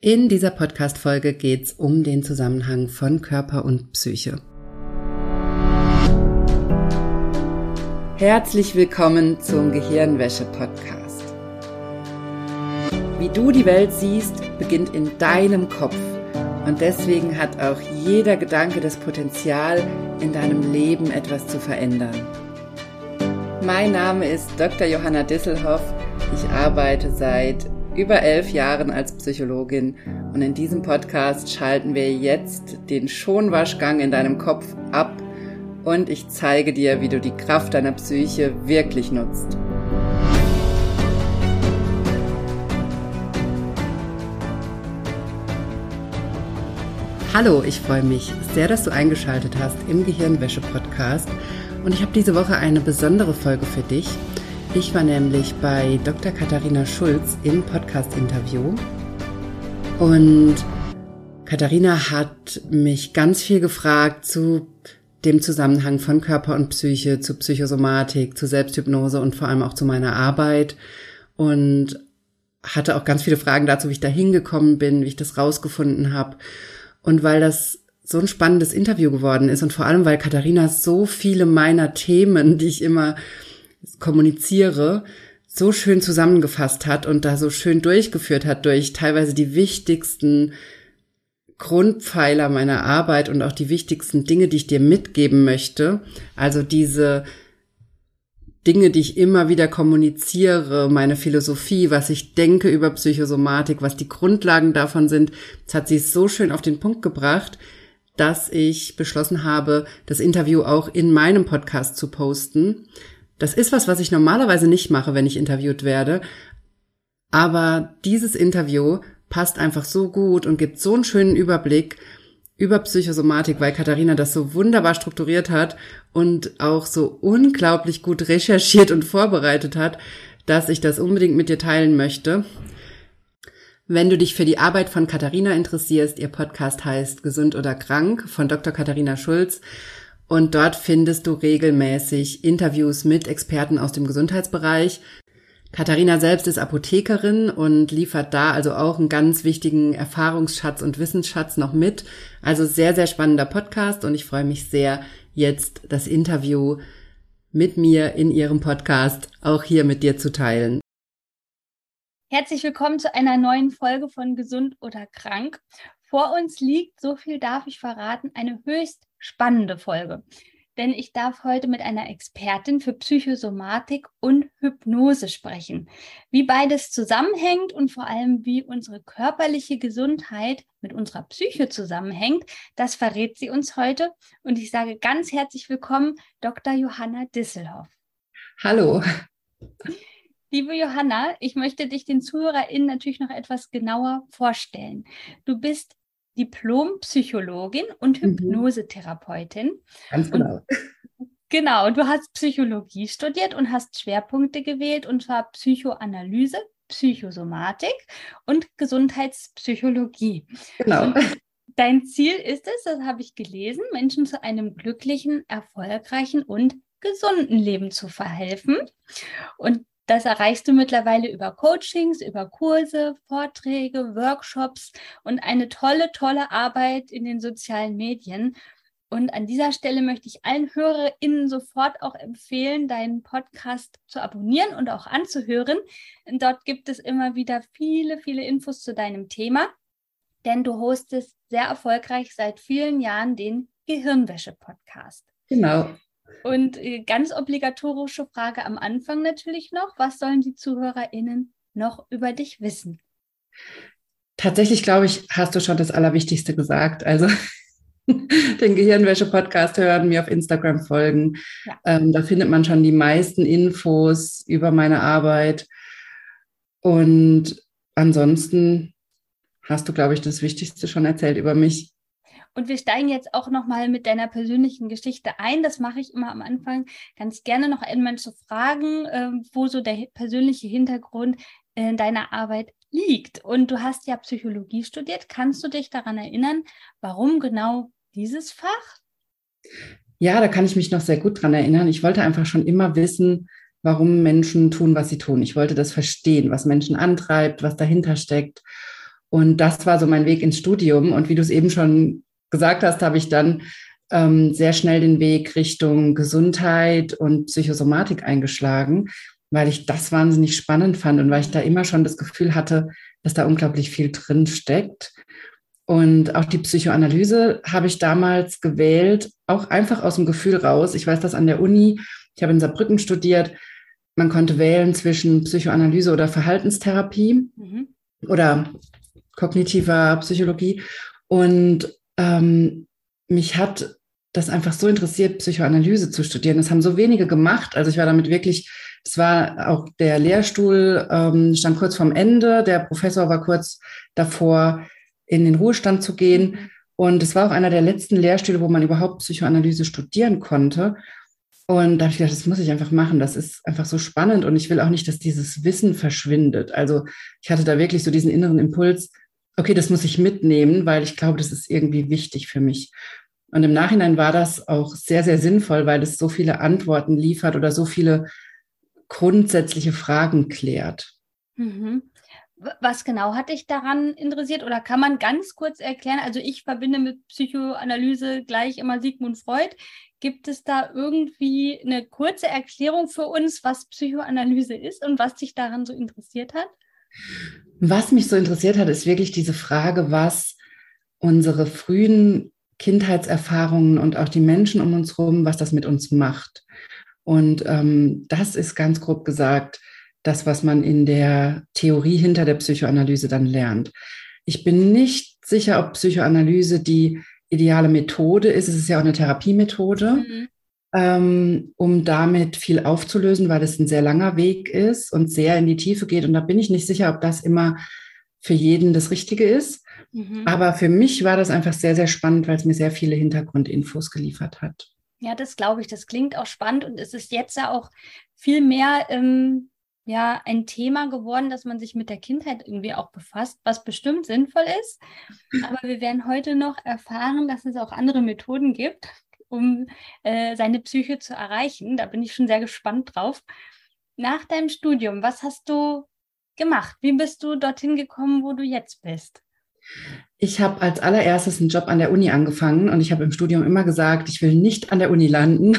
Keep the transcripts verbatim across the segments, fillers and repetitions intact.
In dieser Podcast-Folge geht es um den Zusammenhang von Körper und Psyche. Herzlich willkommen zum Gehirnwäsche-Podcast. Wie du die Welt siehst, beginnt in deinem Kopf. Und deswegen hat auch jeder Gedanke das Potenzial, in deinem Leben etwas zu verändern. Mein Name ist Doktor Johanna Disselhoff. Ich arbeite seit über elf Jahren als Psychologin und in diesem Podcast schalten wir jetzt den Schonwaschgang in deinem Kopf ab und ich zeige dir, wie du die Kraft deiner Psyche wirklich nutzt. Hallo, ich freue mich sehr, dass du eingeschaltet hast im Gehirnwäsche-Podcast und ich habe diese Woche eine besondere Folge für dich. Ich war nämlich bei Doktor Katharina Schulz im Podcast-Interview und Katharina hat mich ganz viel gefragt zu dem Zusammenhang von Körper und Psyche, zu Psychosomatik, zu Selbsthypnose und vor allem auch zu meiner Arbeit und hatte auch ganz viele Fragen dazu, wie ich da hingekommen bin, wie ich das rausgefunden habe. Und weil das so ein spannendes Interview geworden ist und vor allem, weil Katharina so viele meiner Themen, die ich immer kommuniziere, so schön zusammengefasst hat und da so schön durchgeführt hat durch teilweise die wichtigsten Grundpfeiler meiner Arbeit und auch die wichtigsten Dinge, die ich dir mitgeben möchte. Also diese Dinge, die ich immer wieder kommuniziere, meine Philosophie, was ich denke über Psychosomatik, was die Grundlagen davon sind, das hat sie so schön auf den Punkt gebracht, dass ich beschlossen habe, das Interview auch in meinem Podcast zu posten. Das ist was, was ich normalerweise nicht mache, wenn ich interviewt werde. Aber dieses Interview passt einfach so gut und gibt so einen schönen Überblick über Psychosomatik, weil Katharina das so wunderbar strukturiert hat und auch so unglaublich gut recherchiert und vorbereitet hat, dass ich das unbedingt mit dir teilen möchte. Wenn du dich für die Arbeit von Katharina interessierst, ihr Podcast heißt Gesund oder Krank von Doktor Katharina Schulz. Und dort findest du regelmäßig Interviews mit Experten aus dem Gesundheitsbereich. Katharina selbst ist Apothekerin und liefert da also auch einen ganz wichtigen Erfahrungsschatz und Wissensschatz noch mit. Also sehr, sehr spannender Podcast und ich freue mich sehr, jetzt das Interview mit mir in ihrem Podcast auch hier mit dir zu teilen. Herzlich willkommen zu einer neuen Folge von Gesund oder Krank. Vor uns liegt, so viel darf ich verraten, eine höchst spannende Folge. Denn ich darf heute mit einer Expertin für Psychosomatik und Hypnose sprechen. Wie beides zusammenhängt und vor allem, wie unsere körperliche Gesundheit mit unserer Psyche zusammenhängt, das verrät sie uns heute. Und ich sage ganz herzlich willkommen, Doktor Johanna Disselhoff. Hallo. Liebe Johanna, ich möchte dich den ZuhörerInnen natürlich noch etwas genauer vorstellen. Du bist Diplom-Psychologin und Hypnosetherapeutin. Ganz genau. Und, genau, du hast Psychologie studiert und hast Schwerpunkte gewählt, und zwar Psychoanalyse, Psychosomatik und Gesundheitspsychologie. Genau. Und dein Ziel ist es, das habe ich gelesen, Menschen zu einem glücklichen, erfolgreichen und gesunden Leben zu verhelfen. Und das erreichst du mittlerweile über Coachings, über Kurse, Vorträge, Workshops und eine tolle, tolle Arbeit in den sozialen Medien. Und an dieser Stelle möchte ich allen HörerInnen sofort auch empfehlen, deinen Podcast zu abonnieren und auch anzuhören. Und dort gibt es immer wieder viele, viele Infos zu deinem Thema, denn du hostest sehr erfolgreich seit vielen Jahren den Gehirnwäsche-Podcast. Genau. Und ganz obligatorische Frage am Anfang natürlich noch. Was sollen die ZuhörerInnen noch über dich wissen? Tatsächlich, glaube ich, hast du schon das Allerwichtigste gesagt. Also den Gehirnwäsche-Podcast hören, mir auf Instagram folgen. Ja. Ähm, da findet man schon die meisten Infos über meine Arbeit. Und ansonsten hast du, glaube ich, das Wichtigste schon erzählt über mich. Und wir steigen jetzt auch nochmal mit deiner persönlichen Geschichte ein. Das mache ich immer am Anfang ganz gerne noch einmal zu fragen, äh, wo so der persönliche Hintergrund in deiner Arbeit liegt. Und du hast ja Psychologie studiert. Kannst du dich daran erinnern, warum genau dieses Fach? Ja, da kann ich mich noch sehr gut dran erinnern. Ich wollte einfach schon immer wissen, warum Menschen tun, was sie tun. Ich wollte das verstehen, was Menschen antreibt, was dahinter steckt. Und das war so mein Weg ins Studium. Und wie du es eben schon gesagt hast, habe ich dann ähm, sehr schnell den Weg Richtung Gesundheit und Psychosomatik eingeschlagen, weil ich das wahnsinnig spannend fand und weil ich da immer schon das Gefühl hatte, dass da unglaublich viel drin steckt. Und auch die Psychoanalyse habe ich damals gewählt, auch einfach aus dem Gefühl raus. Ich weiß das an der Uni, ich habe in Saarbrücken studiert, man konnte wählen zwischen Psychoanalyse oder Verhaltenstherapie mhm. oder kognitiver Psychologie. Und ähm, mich hat das einfach so interessiert, Psychoanalyse zu studieren. Das haben so wenige gemacht. Also ich war damit wirklich, es war auch der Lehrstuhl, ähm, stand kurz vorm Ende, der Professor war kurz davor, in den Ruhestand zu gehen. Und es war auch einer der letzten Lehrstühle, wo man überhaupt Psychoanalyse studieren konnte. Und da habe ich gedacht, das muss ich einfach machen. Das ist einfach so spannend und ich will auch nicht, dass dieses Wissen verschwindet. Also ich hatte da wirklich so diesen inneren Impuls, okay, das muss ich mitnehmen, weil ich glaube, das ist irgendwie wichtig für mich. Und im Nachhinein war das auch sehr, sehr sinnvoll, weil es so viele Antworten liefert oder so viele grundsätzliche Fragen klärt. Mhm. Was genau hat dich daran interessiert oder kann man ganz kurz erklären? Also ich verbinde mit Psychoanalyse gleich immer Sigmund Freud. Gibt es da irgendwie eine kurze Erklärung für uns, was Psychoanalyse ist und was dich daran so interessiert hat? Was mich so interessiert hat, ist wirklich diese Frage, was unsere frühen Kindheitserfahrungen und auch die Menschen um uns herum, was das mit uns macht. Und ähm, das ist ganz grob gesagt das, was man in der Theorie hinter der Psychoanalyse dann lernt. Ich bin nicht sicher, ob Psychoanalyse die ideale Methode ist. Es ist ja auch eine Therapiemethode, mhm. ähm, um damit viel aufzulösen, weil es ein sehr langer Weg ist und sehr in die Tiefe geht. Und da bin ich nicht sicher, ob das immer für jeden das Richtige ist. Mhm. Aber für mich war das einfach sehr, sehr spannend, weil es mir sehr viele Hintergrundinfos geliefert hat. Ja, das glaube ich. Das klingt auch spannend und es ist jetzt ja auch viel mehr ähm ja, ein Thema geworden, dass man sich mit der Kindheit irgendwie auch befasst, was bestimmt sinnvoll ist. Aber wir werden heute noch erfahren, dass es auch andere Methoden gibt, um äh, seine Psyche zu erreichen. Da bin ich schon sehr gespannt drauf. Nach deinem Studium, was hast du gemacht? Wie bist du dorthin gekommen, wo du jetzt bist? Ich habe als allererstes einen Job an der Uni angefangen und ich habe im Studium immer gesagt, ich will nicht an der Uni landen.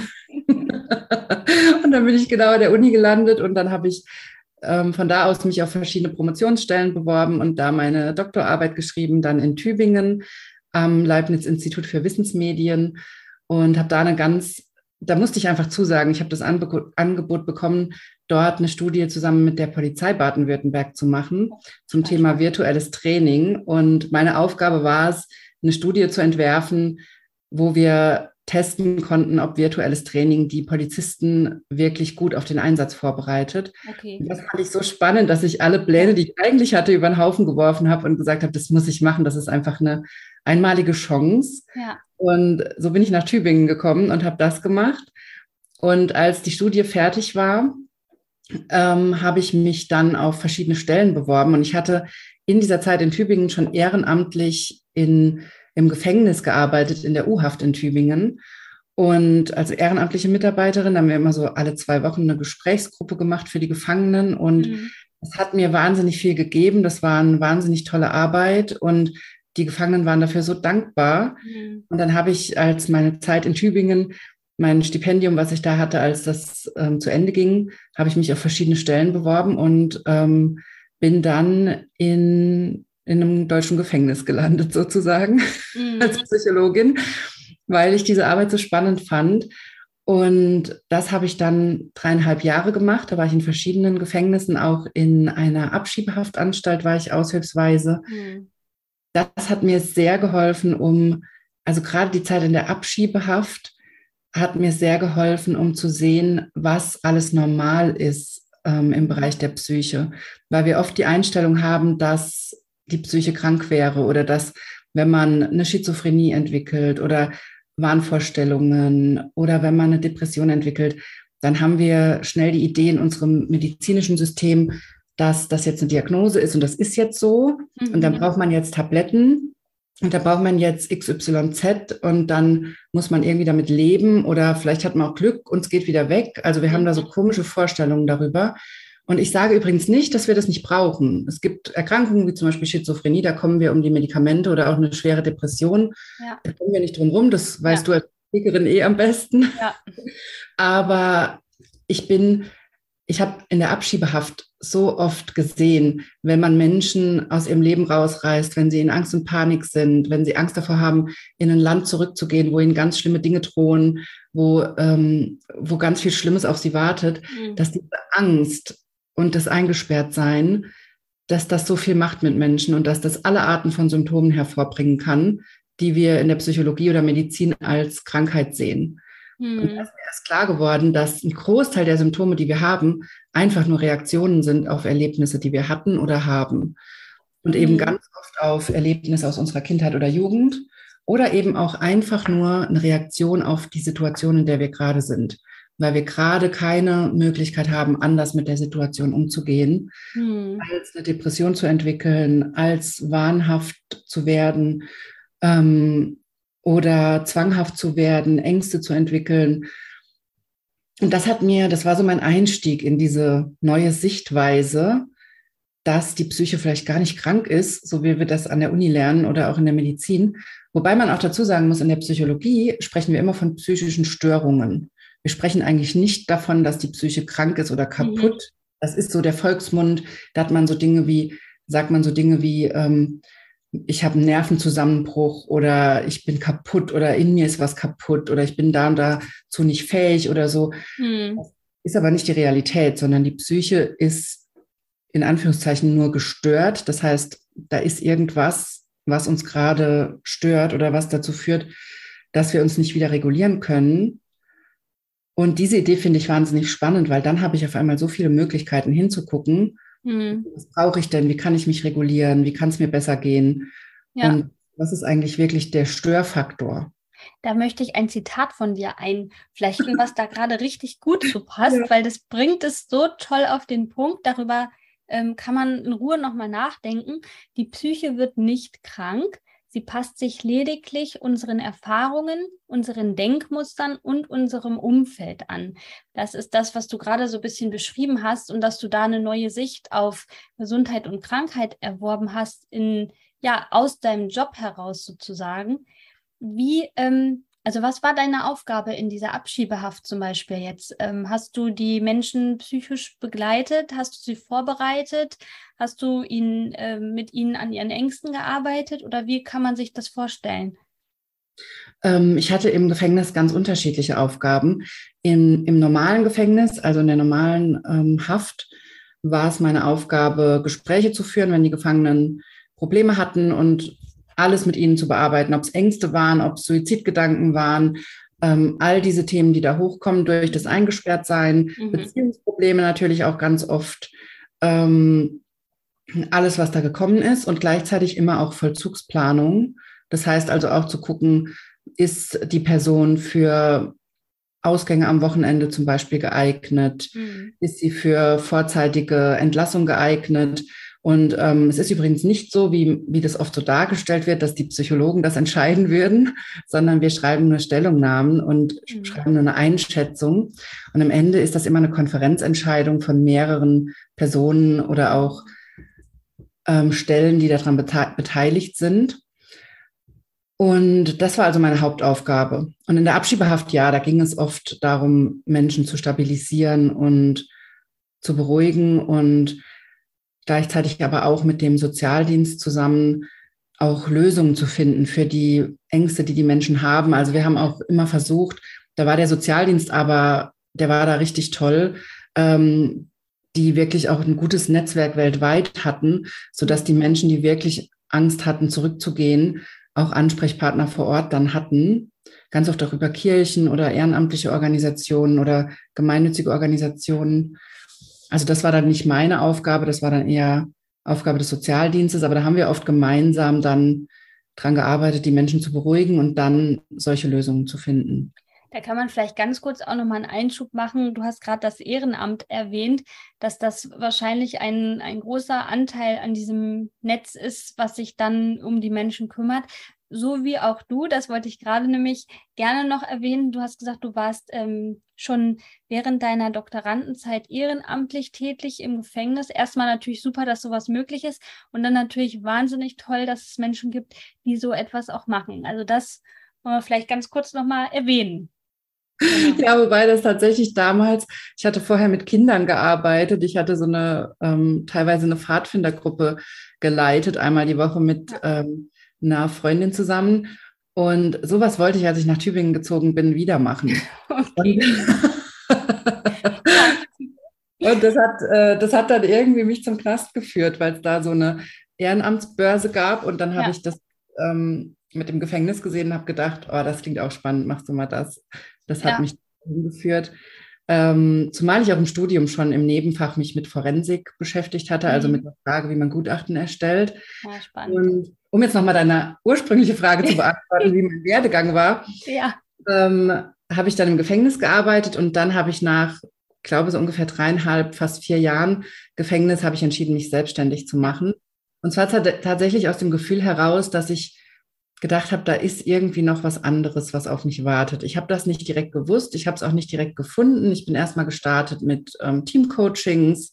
Und dann bin ich genau an der Uni gelandet und dann habe ich ähm, von da aus mich auf verschiedene Promotionsstellen beworben und da meine Doktorarbeit geschrieben, dann in Tübingen am Leibniz-Institut für Wissensmedien und habe da eine ganz, da musste ich einfach zusagen, ich habe das Anbe- Angebot bekommen, dort eine Studie zusammen mit der Polizei Baden-Württemberg zu machen zum Thema virtuelles Training. Und meine Aufgabe war es, eine Studie zu entwerfen, wo wir testen konnten, ob virtuelles Training die Polizisten wirklich gut auf den Einsatz vorbereitet. Okay. Das fand ich so spannend, dass ich alle Pläne, die ich eigentlich hatte, über den Haufen geworfen habe und gesagt habe, das muss ich machen, das ist einfach eine einmalige Chance. Ja. Und so bin ich nach Tübingen gekommen und habe das gemacht. Und als die Studie fertig war, ähm, habe ich mich dann auf verschiedene Stellen beworben. Und ich hatte in dieser Zeit in Tübingen schon ehrenamtlich in im Gefängnis gearbeitet, in der U-Haft in Tübingen. Und als ehrenamtliche Mitarbeiterin haben wir immer so alle zwei Wochen eine Gesprächsgruppe gemacht für die Gefangenen. Und mhm. das hat mir wahnsinnig viel gegeben. Das war eine wahnsinnig tolle Arbeit. Und die Gefangenen waren dafür so dankbar. Mhm. Und dann habe ich, als meine Zeit in Tübingen, mein Stipendium, was ich da hatte, als das ähm, zu Ende ging, habe ich mich auf verschiedene Stellen beworben und ähm, bin dann in in einem deutschen Gefängnis gelandet sozusagen mhm. als Psychologin, weil ich diese Arbeit so spannend fand. Und das habe ich dann dreieinhalb Jahre gemacht. Da war ich in verschiedenen Gefängnissen, auch in einer Abschiebehaftanstalt war ich aushilfsweise. Mhm. Das hat mir sehr geholfen, um, also gerade die Zeit in der Abschiebehaft hat mir sehr geholfen, um zu sehen, was alles normal ist ähm, im Bereich der Psyche. Weil wir oft die Einstellung haben, dass die Psyche krank wäre oder dass, wenn man eine Schizophrenie entwickelt oder Wahnvorstellungen oder wenn man eine Depression entwickelt, dann haben wir schnell die Idee in unserem medizinischen System, dass das jetzt eine Diagnose ist und das ist jetzt so. Mhm. Und dann braucht man jetzt Tabletten und da braucht man jetzt X Y Z und dann muss man irgendwie damit leben oder vielleicht hat man auch Glück und es geht wieder weg. Also wir haben da so komische Vorstellungen darüber. Und ich sage übrigens nicht, dass wir das nicht brauchen. Es gibt Erkrankungen wie zum Beispiel Schizophrenie, da kommen wir um die Medikamente oder auch eine schwere Depression. Ja. Da kommen wir nicht drum rum, das weißt Ja. du als Speakerin eh am besten. Ja. Aber ich bin, ich habe in der Abschiebehaft so oft gesehen, wenn man Menschen aus ihrem Leben rausreißt, wenn sie in Angst und Panik sind, wenn sie Angst davor haben, in ein Land zurückzugehen, wo ihnen ganz schlimme Dinge drohen, wo, ähm, wo ganz viel Schlimmes auf sie wartet, Mhm. dass diese Angst und das Eingesperrtsein, dass das so viel macht mit Menschen und dass das alle Arten von Symptomen hervorbringen kann, die wir in der Psychologie oder Medizin als Krankheit sehen. Mhm. Und da ist mir erst klar geworden, dass ein Großteil der Symptome, die wir haben, einfach nur Reaktionen sind auf Erlebnisse, die wir hatten oder haben. Und eben Mhm. ganz oft auf Erlebnisse aus unserer Kindheit oder Jugend oder eben auch einfach nur eine Reaktion auf die Situation, in der wir gerade sind, weil wir gerade keine Möglichkeit haben, anders mit der Situation umzugehen, Mhm. als eine Depression zu entwickeln, als wahnhaft zu werden, ähm, oder zwanghaft zu werden, Ängste zu entwickeln. Und das hat mir, das war so mein Einstieg in diese neue Sichtweise, dass die Psyche vielleicht gar nicht krank ist, so wie wir das an der Uni lernen oder auch in der Medizin. Wobei man auch dazu sagen muss, in der Psychologie sprechen wir immer von psychischen Störungen. Wir sprechen eigentlich nicht davon, dass die Psyche krank ist oder kaputt. Mhm. Das ist so der Volksmund. Da hat man so Dinge wie, sagt man so Dinge wie, ähm, ich habe einen Nervenzusammenbruch oder ich bin kaputt oder in mir ist was kaputt oder ich bin da und dazu nicht fähig oder so. Hm. Das ist aber nicht die Realität, sondern die Psyche ist in Anführungszeichen nur gestört. Das heißt, da ist irgendwas, was uns gerade stört oder was dazu führt, dass wir uns nicht wieder regulieren können. Und diese Idee finde ich wahnsinnig spannend, weil dann habe ich auf einmal so viele Möglichkeiten hinzugucken. Mhm. Was brauche ich denn? Wie kann ich mich regulieren? Wie kann es mir besser gehen? Ja. Und was ist eigentlich wirklich der Störfaktor? Da möchte ich ein Zitat von dir einflechten, was da gerade richtig gut zu passt, ja. Weil das bringt es so toll auf den Punkt. Darüber ähm, kann man in Ruhe nochmal nachdenken. Die Psyche wird nicht krank. Sie passt sich lediglich unseren Erfahrungen, unseren Denkmustern und unserem Umfeld an. Das ist das, was du gerade so ein bisschen beschrieben hast und dass du da eine neue Sicht auf Gesundheit und Krankheit erworben hast, in, ja, aus deinem Job heraus sozusagen. Wie, ähm, also was war deine Aufgabe in dieser Abschiebehaft zum Beispiel jetzt? Ähm, hast du die Menschen psychisch begleitet? Hast du sie vorbereitet? Hast du ihn, äh, mit ihnen an ihren Ängsten gearbeitet? Oder wie kann man sich das vorstellen? Ähm, ich hatte im Gefängnis ganz unterschiedliche Aufgaben. In, Im normalen Gefängnis, also in der normalen ähm, Haft, war es meine Aufgabe, Gespräche zu führen, wenn die Gefangenen Probleme hatten und alles mit ihnen zu bearbeiten, ob es Ängste waren, ob es Suizidgedanken waren, ähm, all diese Themen, die da hochkommen durch das Eingesperrtsein, mhm. Beziehungsprobleme natürlich auch ganz oft, ähm, alles, was da gekommen ist und gleichzeitig immer auch Vollzugsplanung. Das heißt also auch zu gucken, ist die Person für Ausgänge am Wochenende zum Beispiel geeignet? Mhm. Ist sie für vorzeitige Entlassung geeignet? Und ähm, es ist übrigens nicht so, wie, wie das oft so dargestellt wird, dass die Psychologen das entscheiden würden, sondern wir schreiben nur Stellungnahmen und mhm. schreiben nur eine Einschätzung. Und am Ende ist das immer eine Konferenzentscheidung von mehreren Personen oder auch ähm, Stellen, die daran bete- beteiligt sind. Und das war also meine Hauptaufgabe. Und in der Abschiebehaft, ja, da ging es oft darum, Menschen zu stabilisieren und zu beruhigen und gleichzeitig aber auch mit dem Sozialdienst zusammen auch Lösungen zu finden für die Ängste, die die Menschen haben. Also wir haben auch immer versucht, da war der Sozialdienst aber, der war da richtig toll, ähm, die wirklich auch ein gutes Netzwerk weltweit hatten, sodass die Menschen, die wirklich Angst hatten, zurückzugehen, auch Ansprechpartner vor Ort dann hatten. Ganz oft auch über Kirchen oder ehrenamtliche Organisationen oder gemeinnützige Organisationen. Also das war dann nicht meine Aufgabe, das war dann eher Aufgabe des Sozialdienstes, aber da haben wir oft gemeinsam dann dran gearbeitet, die Menschen zu beruhigen und dann solche Lösungen zu finden. Da kann man vielleicht ganz kurz auch nochmal einen Einschub machen. Du hast gerade das Ehrenamt erwähnt, dass das wahrscheinlich ein, ein großer Anteil an diesem Netz ist, was sich dann um die Menschen kümmert. so wie auch du, das wollte ich gerade nämlich gerne noch erwähnen, du hast gesagt, du warst ähm, schon während deiner Doktorandenzeit ehrenamtlich tätig im Gefängnis. Erstmal natürlich super, dass sowas möglich ist und dann natürlich wahnsinnig toll, dass es Menschen gibt, die so etwas auch machen. Also das wollen wir vielleicht ganz kurz nochmal erwähnen. Genau. Ja, wobei das tatsächlich damals, ich hatte vorher mit Kindern gearbeitet, ich hatte so eine, ähm, teilweise eine Pfadfindergruppe geleitet, einmal die Woche mit Ja. ähm, einer Freundin zusammen. Und sowas wollte ich, als ich nach Tübingen gezogen bin, wieder machen. Okay. Und, und das hat, äh, das hat dann irgendwie mich zum Knast geführt, weil es da so eine Ehrenamtsbörse gab. Und dann habe Ja. ich das ähm, mit dem Gefängnis gesehen und habe gedacht, oh, das klingt auch spannend, machst du mal das. Das hat Ja. mich hingeführt. Ähm, zumal ich auch im Studium schon im Nebenfach mich mit Forensik beschäftigt hatte, also Mhm. mit der Frage, wie man Gutachten erstellt. Ja, spannend. Und um jetzt nochmal deine ursprüngliche Frage zu beantworten, wie mein Werdegang war, Ja. ähm, habe ich dann im Gefängnis gearbeitet und dann habe ich nach, ich glaube, so ungefähr dreieinhalb, fast vier Jahren Gefängnis, habe ich entschieden, mich selbstständig zu machen. Und zwar tatsächlich aus dem Gefühl heraus, dass ich gedacht habe, da ist irgendwie noch was anderes, was auf mich wartet. Ich habe das nicht direkt gewusst, ich habe es auch nicht direkt gefunden. Ich bin erstmal gestartet mit ähm, Teamcoachings,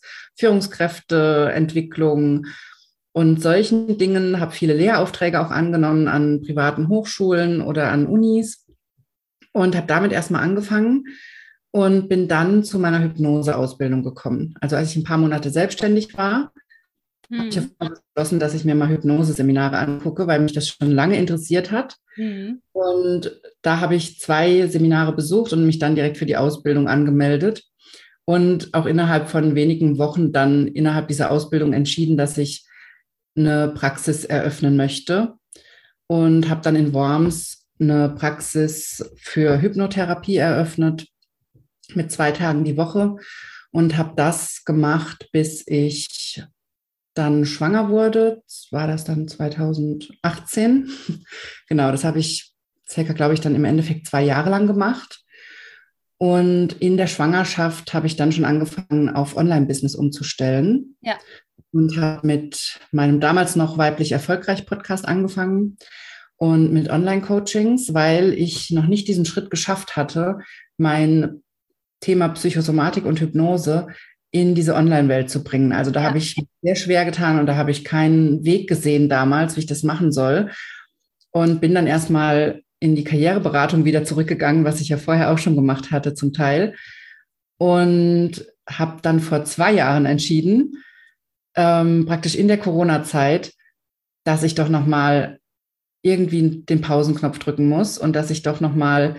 Führungskräfteentwicklung und solchen Dingen, habe viele Lehraufträge auch angenommen an privaten Hochschulen oder an Unis und habe damit erstmal angefangen und bin dann zu meiner Hypnoseausbildung gekommen. Also als ich ein paar Monate selbstständig war, habe ich beschlossen, dass ich mir mal Hypnose-Seminare angucke, weil mich das schon lange interessiert hat. Mhm. Und da habe ich zwei Seminare besucht und mich dann direkt für die Ausbildung angemeldet. Und auch innerhalb von wenigen Wochen dann innerhalb dieser Ausbildung entschieden, dass ich eine Praxis eröffnen möchte. Und habe dann in Worms eine Praxis für Hypnotherapie eröffnet mit zwei Tagen die Woche und habe das gemacht, bis ich dann schwanger wurde. War das dann zweitausendachtzehn? Genau, das habe ich circa, glaube ich, dann im Endeffekt zwei Jahre lang gemacht. Und in der Schwangerschaft habe ich dann schon angefangen, auf Online-Business umzustellen. Ja. Und habe mit meinem damals noch weiblich erfolgreich Podcast angefangen und mit Online-Coachings, weil ich noch nicht diesen Schritt geschafft hatte, mein Thema Psychosomatik und Hypnose in diese Online-Welt zu bringen. Also da ja. habe ich sehr schwer getan und da habe ich keinen Weg gesehen damals, wie ich das machen soll. Und bin dann erstmal in die Karriereberatung wieder zurückgegangen, was ich ja vorher auch schon gemacht hatte zum Teil. Und habe dann vor zwei Jahren entschieden, ähm, praktisch in der Corona-Zeit, dass ich doch nochmal irgendwie den Pausenknopf drücken muss und dass ich doch nochmal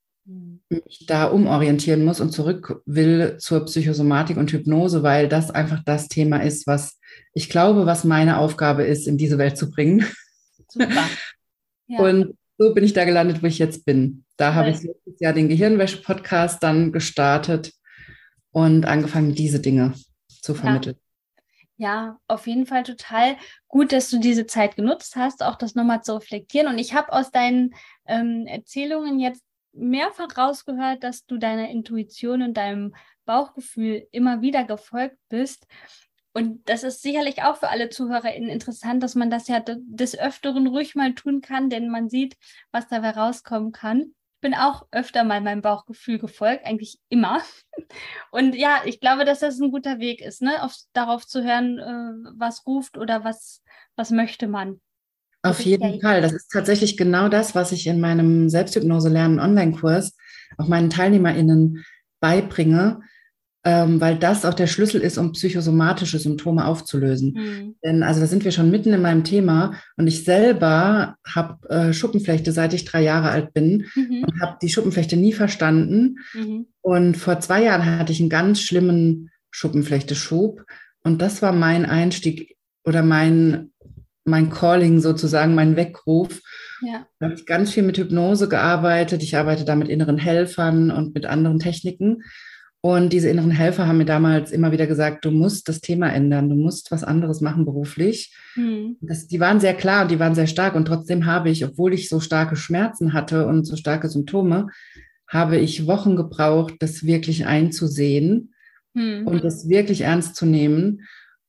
mich da umorientieren muss und zurück will zur Psychosomatik und Hypnose, weil das einfach das Thema ist, was ich glaube, was meine Aufgabe ist, in diese Welt zu bringen. Super. Ja. Und so bin ich da gelandet, wo ich jetzt bin. Da ja. habe ich letztes Jahr den Gehirnwäsche-Podcast dann gestartet und angefangen, diese Dinge zu vermitteln. Ja. Ja, auf jeden Fall total gut, dass du diese Zeit genutzt hast, auch das nochmal zu reflektieren. Und ich habe aus deinen ähm, Erzählungen jetzt mehrfach rausgehört, dass du deiner Intuition und deinem Bauchgefühl immer wieder gefolgt bist. Und das ist sicherlich auch für alle ZuhörerInnen interessant, dass man das ja des Öfteren ruhig mal tun kann, denn man sieht, was dabei rauskommen kann. Ich bin auch öfter mal meinem Bauchgefühl gefolgt, eigentlich immer. Und ja, ich glaube, dass das ein guter Weg ist, ne? Auf, darauf zu hören, äh, was ruft oder was, was möchte man. Auf jeden Fall. Das ist tatsächlich genau das, was ich in meinem Selbsthypnose-Lernen-Online-Kurs auch meinen TeilnehmerInnen beibringe, ähm, weil das auch der Schlüssel ist, um psychosomatische Symptome aufzulösen. Mhm. Denn also da sind wir schon mitten in meinem Thema und ich selber habe äh, Schuppenflechte, seit ich drei Jahre alt bin mhm. und habe die Schuppenflechte nie verstanden. Mhm. Und vor zwei Jahren hatte ich einen ganz schlimmen Schuppenflechteschub und das war mein Einstieg oder mein mein Calling sozusagen, mein Weckruf. Ja. Da habe ich ganz viel mit Hypnose gearbeitet. Ich arbeite da mit inneren Helfern und mit anderen Techniken. Und diese inneren Helfer haben mir damals immer wieder gesagt, du musst das Thema ändern, du musst was anderes machen beruflich. Mhm. Das, die waren sehr klar und die waren sehr stark. Und trotzdem habe ich, obwohl ich so starke Schmerzen hatte und so starke Symptome, habe ich Wochen gebraucht, das wirklich einzusehen mhm. und das wirklich ernst zu nehmen.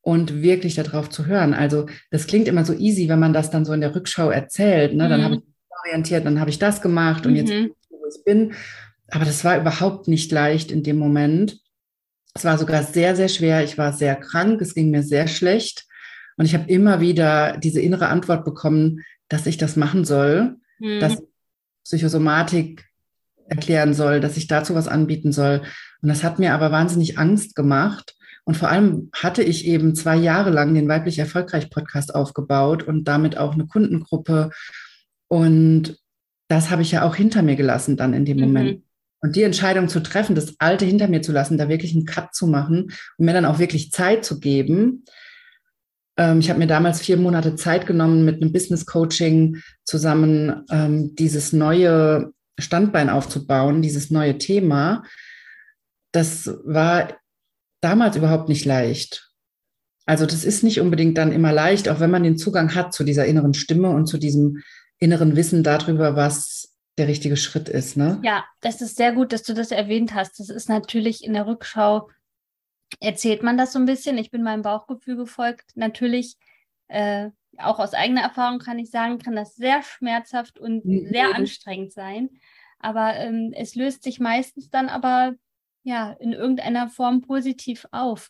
und wirklich darauf zu hören. Also das klingt immer so easy, wenn man das dann so in der Rückschau erzählt. Ne? Dann habe ich Mhm. orientiert, dann habe ich das gemacht und jetzt bin Mhm. ich, wo ich bin. Aber das war überhaupt nicht leicht in dem Moment. Es war sogar sehr, sehr schwer. Ich war sehr krank, es ging mir sehr schlecht. Und ich habe immer wieder diese innere Antwort bekommen, dass ich das machen soll, dass Mhm. ich Psychosomatik erklären soll, dass ich dazu was anbieten soll. Und das hat mir aber wahnsinnig Angst gemacht. Und vor allem hatte ich eben zwei Jahre lang den Weiblich Erfolgreich Podcast aufgebaut und damit auch eine Kundengruppe. Und das habe ich ja auch hinter mir gelassen dann in dem Moment. Mhm. Und die Entscheidung zu treffen, das Alte hinter mir zu lassen, da wirklich einen Cut zu machen und mir dann auch wirklich Zeit zu geben. Ähm, ich habe mir damals vier Monate Zeit genommen, mit einem Business Coaching zusammen ähm, dieses neue Standbein aufzubauen, dieses neue Thema. Das war damals überhaupt nicht leicht. Also das ist nicht unbedingt dann immer leicht, auch wenn man den Zugang hat zu dieser inneren Stimme und zu diesem inneren Wissen darüber, was der richtige Schritt ist, ne? Ja, das ist sehr gut, dass du das erwähnt hast. Das ist natürlich in der Rückschau, erzählt man das so ein bisschen. Ich bin meinem Bauchgefühl gefolgt. Natürlich, äh, auch aus eigener Erfahrung kann ich sagen, kann das sehr schmerzhaft und sehr Mhm. anstrengend sein. Aber ähm, es löst sich meistens dann aber ja in irgendeiner Form positiv auf.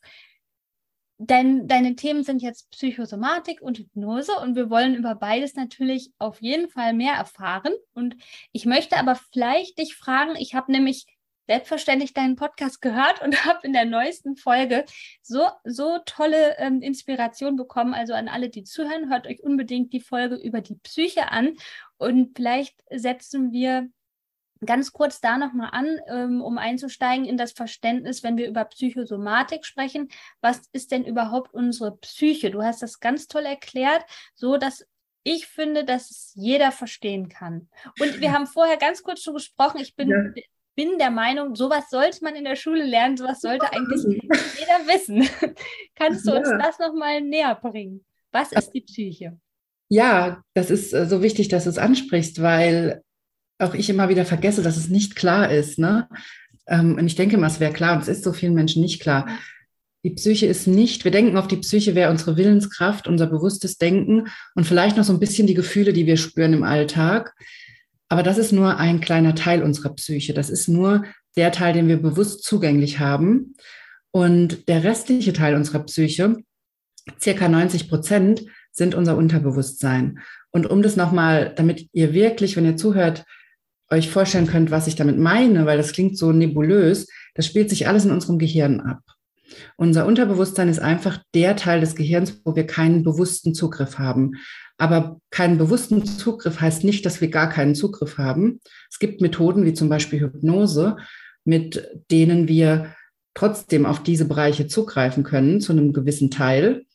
Dein, deine Themen sind jetzt Psychosomatik und Hypnose und wir wollen über beides natürlich auf jeden Fall mehr erfahren. Und ich möchte aber vielleicht dich fragen, ich habe nämlich selbstverständlich deinen Podcast gehört und habe in der neuesten Folge so, so tolle ähm, Inspiration bekommen. Also an alle, die zuhören, hört euch unbedingt die Folge über die Psyche an und vielleicht setzen wir ganz kurz da nochmal an, ähm, um einzusteigen in das Verständnis, wenn wir über Psychosomatik sprechen. Was ist denn überhaupt unsere Psyche? Du hast das ganz toll erklärt, so dass ich finde, dass es jeder verstehen kann. Und wir haben vorher ganz kurz schon gesprochen. Ich bin, Ja. bin der Meinung, sowas sollte man in der Schule lernen, sowas sollte eigentlich jeder wissen. Kannst du uns Ja. das nochmal näher bringen? Was ist die Psyche? Ja, das ist äh, so wichtig, dass du es ansprichst, weil auch ich immer wieder vergesse, dass es nicht klar ist, ne? Ähm, und ich denke immer, es wäre klar und es ist so vielen Menschen nicht klar. Ja. Die Psyche ist nicht, wir denken auf die Psyche wäre unsere Willenskraft, unser bewusstes Denken und vielleicht noch so ein bisschen die Gefühle, die wir spüren im Alltag. Aber das ist nur ein kleiner Teil unserer Psyche. Das ist nur der Teil, den wir bewusst zugänglich haben. Und der restliche Teil unserer Psyche, circa neunzig Prozent, sind unser Unterbewusstsein. Und um das nochmal, damit ihr wirklich, wenn ihr zuhört, euch vorstellen könnt, was ich damit meine, weil das klingt so nebulös, das spielt sich alles in unserem Gehirn ab. Unser Unterbewusstsein ist einfach der Teil des Gehirns, wo wir keinen bewussten Zugriff haben. Aber keinen bewussten Zugriff heißt nicht, dass wir gar keinen Zugriff haben. Es gibt Methoden wie zum Beispiel Hypnose, mit denen wir trotzdem auf diese Bereiche zugreifen können, zu einem gewissen Teil.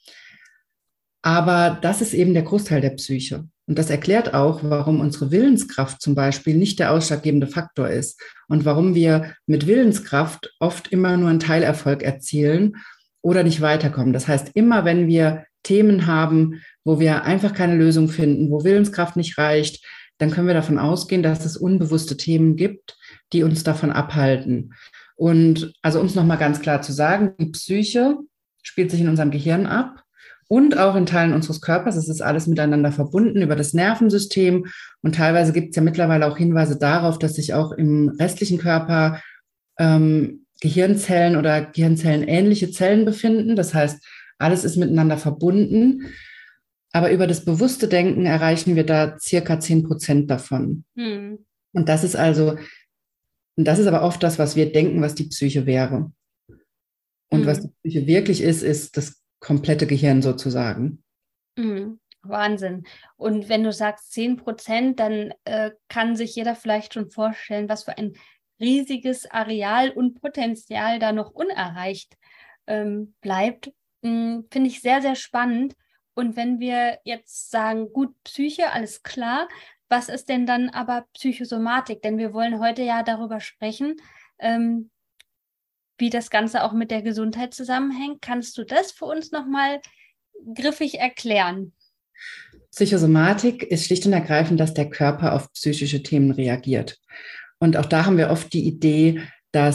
Aber das ist eben der Großteil der Psyche. Und das erklärt auch, warum unsere Willenskraft zum Beispiel nicht der ausschlaggebende Faktor ist und warum wir mit Willenskraft oft immer nur einen Teilerfolg erzielen oder nicht weiterkommen. Das heißt, immer wenn wir Themen haben, wo wir einfach keine Lösung finden, wo Willenskraft nicht reicht, dann können wir davon ausgehen, dass es unbewusste Themen gibt, die uns davon abhalten. Und also um es nochmal ganz klar zu sagen, die Psyche spielt sich in unserem Gehirn ab. Und auch in Teilen unseres Körpers. Es ist alles miteinander verbunden über das Nervensystem. Und teilweise gibt es ja mittlerweile auch Hinweise darauf, dass sich auch im restlichen Körper ähm, Gehirnzellen oder Gehirnzellenähnliche Zellen befinden. Das heißt, alles ist miteinander verbunden. Aber über das bewusste Denken erreichen wir da circa zehn Prozent davon. Hm. Und das ist also, das ist aber oft das, was wir denken, was die Psyche wäre. Und Hm. was die Psyche wirklich ist, ist das komplette Gehirn sozusagen. Mhm. Wahnsinn. Und wenn du sagst zehn Prozent, dann äh, kann sich jeder vielleicht schon vorstellen, was für ein riesiges Areal und Potenzial da noch unerreicht ähm, bleibt. Mhm, finde ich sehr, sehr spannend. Und wenn wir jetzt sagen, gut, Psyche, alles klar, was ist denn dann aber Psychosomatik? Denn wir wollen heute ja darüber sprechen, ähm, wie das Ganze auch mit der Gesundheit zusammenhängt. Kannst du das für uns nochmal griffig erklären? Psychosomatik ist schlicht und ergreifend, dass der Körper auf psychische Themen reagiert. Und auch da haben wir oft die Idee, dass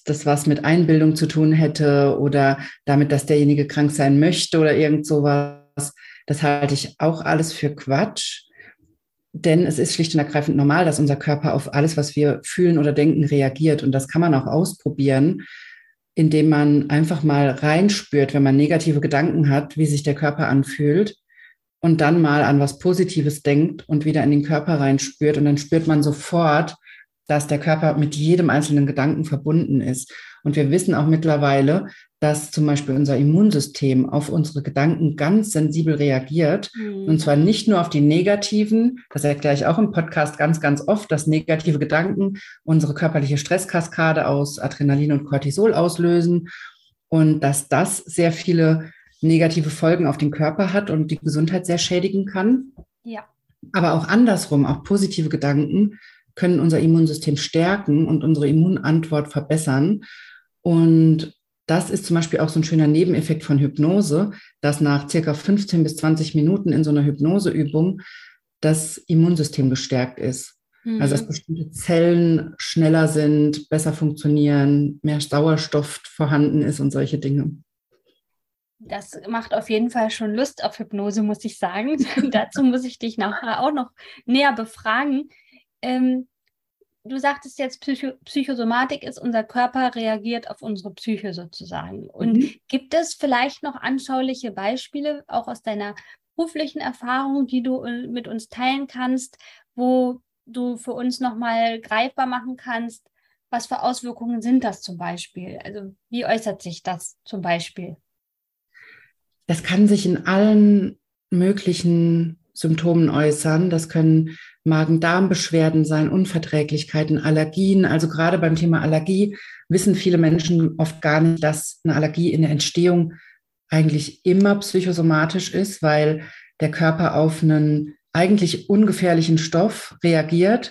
das was mit Einbildung zu tun hätte oder damit, dass derjenige krank sein möchte oder irgend sowas. Das halte ich auch alles für Quatsch. Denn es ist schlicht und ergreifend normal, dass unser Körper auf alles, was wir fühlen oder denken, reagiert. Und das kann man auch ausprobieren, indem man einfach mal reinspürt, wenn man negative Gedanken hat, wie sich der Körper anfühlt und dann mal an was Positives denkt und wieder in den Körper reinspürt. Und dann spürt man sofort, dass der Körper mit jedem einzelnen Gedanken verbunden ist. Und wir wissen auch mittlerweile, dass zum Beispiel unser Immunsystem auf unsere Gedanken ganz sensibel reagiert. Mhm. Und zwar nicht nur auf die negativen, das erkläre ich auch im Podcast ganz, ganz oft, dass negative Gedanken unsere körperliche Stresskaskade aus Adrenalin und Cortisol auslösen und dass das sehr viele negative Folgen auf den Körper hat und die Gesundheit sehr schädigen kann. Ja. Aber auch andersrum, auch positive Gedanken können unser Immunsystem stärken und unsere Immunantwort verbessern. Und das ist zum Beispiel auch so ein schöner Nebeneffekt von Hypnose, dass nach circa fünfzehn bis zwanzig Minuten in so einer Hypnoseübung das Immunsystem gestärkt ist. Mhm. Also dass bestimmte Zellen schneller sind, besser funktionieren, mehr Sauerstoff vorhanden ist und solche Dinge. Das macht auf jeden Fall schon Lust auf Hypnose, muss ich sagen. Dazu muss ich dich nachher auch noch näher befragen. Ähm, du sagtest jetzt, Psycho- Psychosomatik ist, unser Körper reagiert auf unsere Psyche sozusagen. Und mhm. gibt es vielleicht noch anschauliche Beispiele, auch aus deiner beruflichen Erfahrung, die du äh, mit uns teilen kannst, wo du für uns nochmal greifbar machen kannst, was für Auswirkungen sind das zum Beispiel? Also wie äußert sich das zum Beispiel? Das kann sich in allen möglichen Symptomen äußern. Das können Magen-Darm-Beschwerden sein, Unverträglichkeiten, Allergien. Also gerade beim Thema Allergie wissen viele Menschen oft gar nicht, dass eine Allergie in der Entstehung eigentlich immer psychosomatisch ist, weil der Körper auf einen eigentlich ungefährlichen Stoff reagiert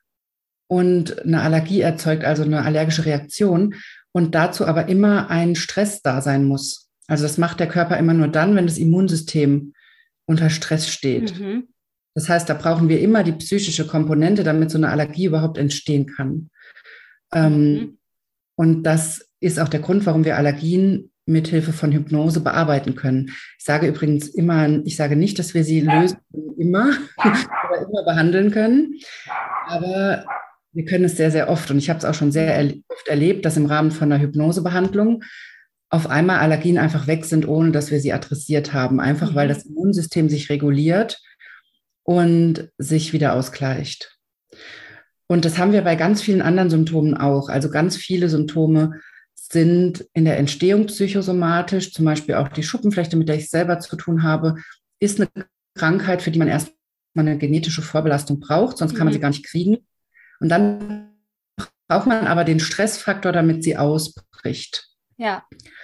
und eine Allergie erzeugt, also eine allergische Reaktion und dazu aber immer ein Stress da sein muss. Also das macht der Körper immer nur dann, wenn das Immunsystem unter Stress steht. Mhm. Das heißt, da brauchen wir immer die psychische Komponente, damit so eine Allergie überhaupt entstehen kann. Ähm, mhm. Und das ist auch der Grund, warum wir Allergien mithilfe von Hypnose bearbeiten können. Ich sage übrigens immer, ich sage nicht, dass wir sie lösen immer oder immer behandeln können, aber wir können es sehr, sehr oft. Und ich habe es auch schon sehr erle- oft erlebt, dass im Rahmen von einer Hypnosebehandlung auf einmal Allergien einfach weg sind, ohne dass wir sie adressiert haben. Einfach, mhm. weil das Immunsystem sich reguliert und sich wieder ausgleicht. Und das haben wir bei ganz vielen anderen Symptomen auch. Also ganz viele Symptome sind in der Entstehung psychosomatisch, zum Beispiel auch die Schuppenflechte, mit der ich selber zu tun habe, ist eine Krankheit, für die man erstmal eine genetische Vorbelastung braucht, sonst kann man sie gar nicht kriegen. Und dann braucht man aber den Stressfaktor, damit sie ausbricht. Ja.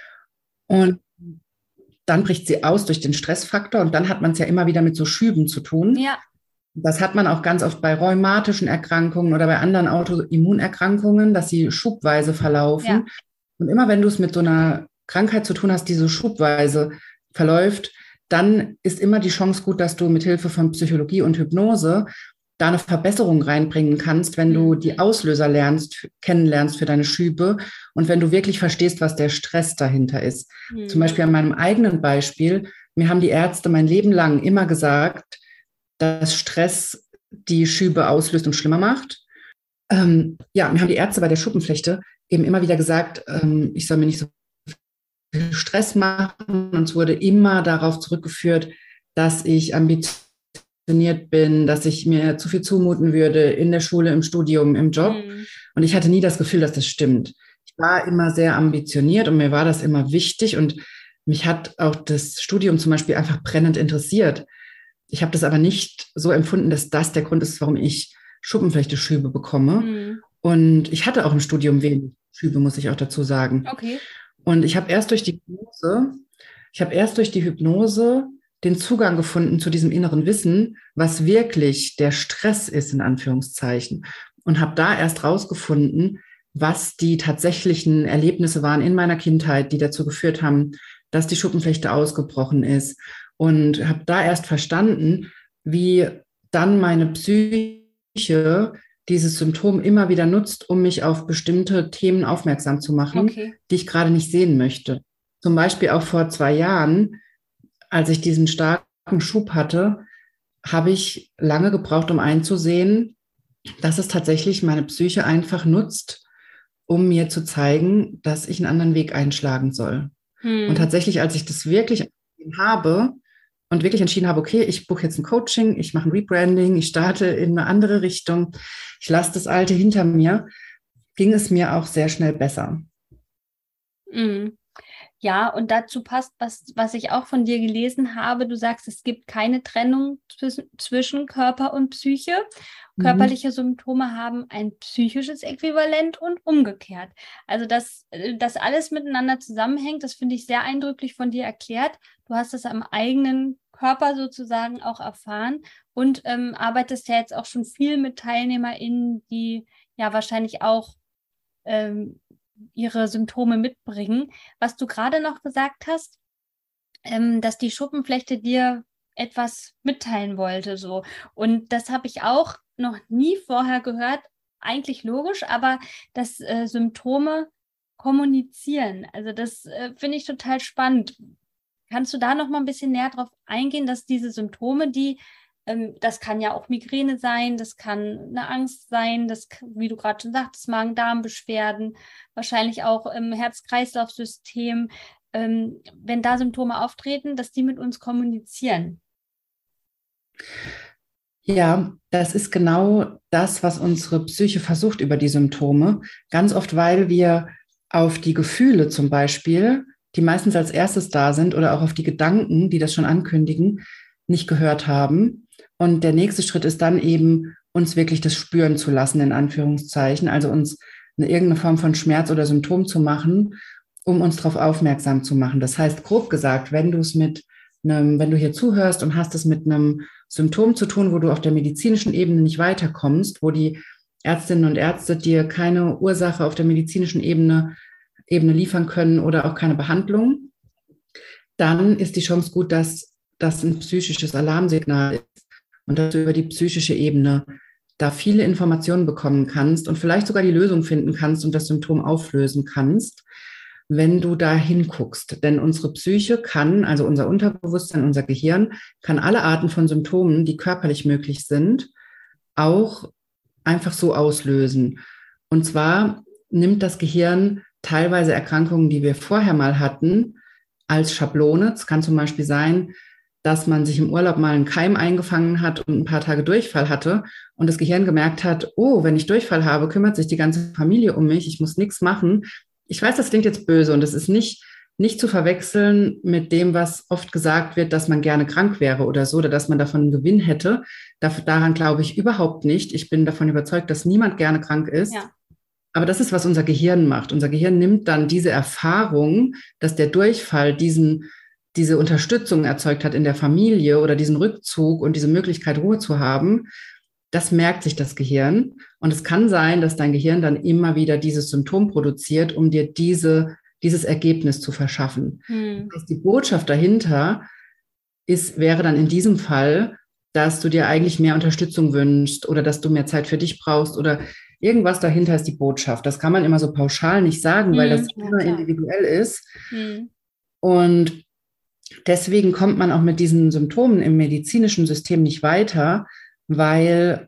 Und dann bricht sie aus durch den Stressfaktor und dann hat man es ja immer wieder mit so Schüben zu tun. Ja. Das hat man auch ganz oft bei rheumatischen Erkrankungen oder bei anderen Autoimmunerkrankungen, dass sie schubweise verlaufen. Ja. Und immer wenn du es mit so einer Krankheit zu tun hast, die so schubweise verläuft, dann ist immer die Chance gut, dass du mit Hilfe von Psychologie und Hypnose da eine Verbesserung reinbringen kannst, wenn du die Auslöser lernst, kennenlernst für deine Schübe und wenn du wirklich verstehst, was der Stress dahinter ist. Mhm. Zum Beispiel an meinem eigenen Beispiel, mir haben die Ärzte mein Leben lang immer gesagt, dass Stress die Schübe auslöst und schlimmer macht. Ähm, ja, mir haben die Ärzte bei der Schuppenflechte eben immer wieder gesagt, ähm, ich soll mir nicht so viel Stress machen. Und es wurde immer darauf zurückgeführt, dass ich ambitioniert bin, dass ich mir zu viel zumuten würde in der Schule, im Studium, im Job. Mhm. Und ich hatte nie das Gefühl, dass das stimmt. Ich war immer sehr ambitioniert und mir war das immer wichtig. Und mich hat auch das Studium zum Beispiel einfach brennend interessiert. Ich habe das aber nicht so empfunden, dass das der Grund ist, warum ich Schuppenflechteschübe bekomme. Mhm. Und ich hatte auch im Studium wenig Schübe, muss ich auch dazu sagen. Okay. Und ich habe erst durch die Hypnose, ich habe erst durch die Hypnose den Zugang gefunden zu diesem inneren Wissen, was wirklich der Stress ist, in Anführungszeichen. Und habe da erst rausgefunden, was die tatsächlichen Erlebnisse waren in meiner Kindheit, die dazu geführt haben, dass die Schuppenflechte ausgebrochen ist. Und habe da erst verstanden, wie dann meine Psyche dieses Symptom immer wieder nutzt, um mich auf bestimmte Themen aufmerksam zu machen, Okay. die ich gerade nicht sehen möchte. Zum Beispiel auch vor zwei Jahren, als ich diesen starken Schub hatte, habe ich lange gebraucht, um einzusehen, dass es tatsächlich meine Psyche einfach nutzt, um mir zu zeigen, dass ich einen anderen Weg einschlagen soll. Und Hm. tatsächlich, als ich das wirklich habe und wirklich entschieden habe, okay, ich buche jetzt ein Coaching, ich mache ein Rebranding, ich starte in eine andere Richtung, ich lasse das Alte hinter mir, ging es mir auch sehr schnell besser. Hm. Ja, und dazu passt, was, was ich auch von dir gelesen habe. Du sagst, es gibt keine Trennung zwischen, zwischen Körper und Psyche. Mhm. Körperliche Symptome haben ein psychisches Äquivalent und umgekehrt. Also, dass äh, das alles miteinander zusammenhängt, das finde ich sehr eindrücklich von dir erklärt. Du hast es am eigenen Körper sozusagen auch erfahren und ähm, arbeitest ja jetzt auch schon viel mit TeilnehmerInnen, die ja wahrscheinlich auch ähm, ihre Symptome mitbringen. Was du gerade noch gesagt hast, ähm, dass die Schuppenflechte dir etwas mitteilen wollte, so. Und das habe ich auch noch nie vorher gehört. Eigentlich logisch, aber dass äh, Symptome kommunizieren. Also das äh, finde ich total spannend. Kannst du da noch mal ein bisschen näher drauf eingehen, dass diese Symptome, die, ähm, das kann ja auch Migräne sein, das kann eine Angst sein, das, wie du gerade schon sagtest, Magen-Darm-Beschwerden, wahrscheinlich auch im Herz-Kreislauf-System, ähm, wenn da Symptome auftreten, dass die mit uns kommunizieren. Ja, das ist genau das, was unsere Psyche versucht über die Symptome. Ganz oft, weil wir auf die Gefühle zum Beispiel, die meistens als erstes da sind, oder auch auf die Gedanken, die das schon ankündigen, nicht gehört haben. Und der nächste Schritt ist dann eben, uns wirklich das spüren zu lassen, in Anführungszeichen, also uns eine irgendeine Form von Schmerz oder Symptom zu machen, um uns darauf aufmerksam zu machen. Das heißt, grob gesagt, wenn du es mit einem, wenn du hier zuhörst und hast es mit einem Symptom zu tun, wo du auf der medizinischen Ebene nicht weiterkommst, wo die Ärztinnen und Ärzte dir keine Ursache auf der medizinischen Ebene, Ebene liefern können oder auch keine Behandlung, dann ist die Chance gut, dass das ein psychisches Alarmsignal ist und dass du über die psychische Ebene da viele Informationen bekommen kannst und vielleicht sogar die Lösung finden kannst und das Symptom auflösen kannst, wenn du da hinguckst. Denn unsere Psyche kann, also unser Unterbewusstsein, unser Gehirn, kann alle Arten von Symptomen, die körperlich möglich sind, auch einfach so auslösen. Und zwar nimmt das Gehirn teilweise Erkrankungen, die wir vorher mal hatten, als Schablone. Es kann zum Beispiel sein, dass man sich im Urlaub mal einen Keim eingefangen hat und ein paar Tage Durchfall hatte und das Gehirn gemerkt hat, oh, wenn ich Durchfall habe, kümmert sich die ganze Familie um mich, ich muss nichts machen. Ich weiß, das klingt jetzt böse und es ist nicht, nicht zu verwechseln mit dem, was oft gesagt wird, dass man gerne krank wäre oder so, oder dass man davon einen Gewinn hätte. Daran glaube ich überhaupt nicht. Ich bin davon überzeugt, dass niemand gerne krank ist. Ja. Aber das ist, was unser Gehirn macht. Unser Gehirn nimmt dann diese Erfahrung, dass der Durchfall diesen, diese Unterstützung erzeugt hat in der Familie oder diesen Rückzug und diese Möglichkeit, Ruhe zu haben. Das merkt sich das Gehirn. Und es kann sein, dass dein Gehirn dann immer wieder dieses Symptom produziert, um dir diese, dieses Ergebnis zu verschaffen. Hm. Die Botschaft dahinter ist, wäre dann in diesem Fall, dass du dir eigentlich mehr Unterstützung wünschst oder dass du mehr Zeit für dich brauchst oder irgendwas dahinter ist die Botschaft. Das kann man immer so pauschal nicht sagen, Hm. weil das Ja, immer klar. individuell ist. Hm. Und deswegen kommt man auch mit diesen Symptomen im medizinischen System nicht weiter, weil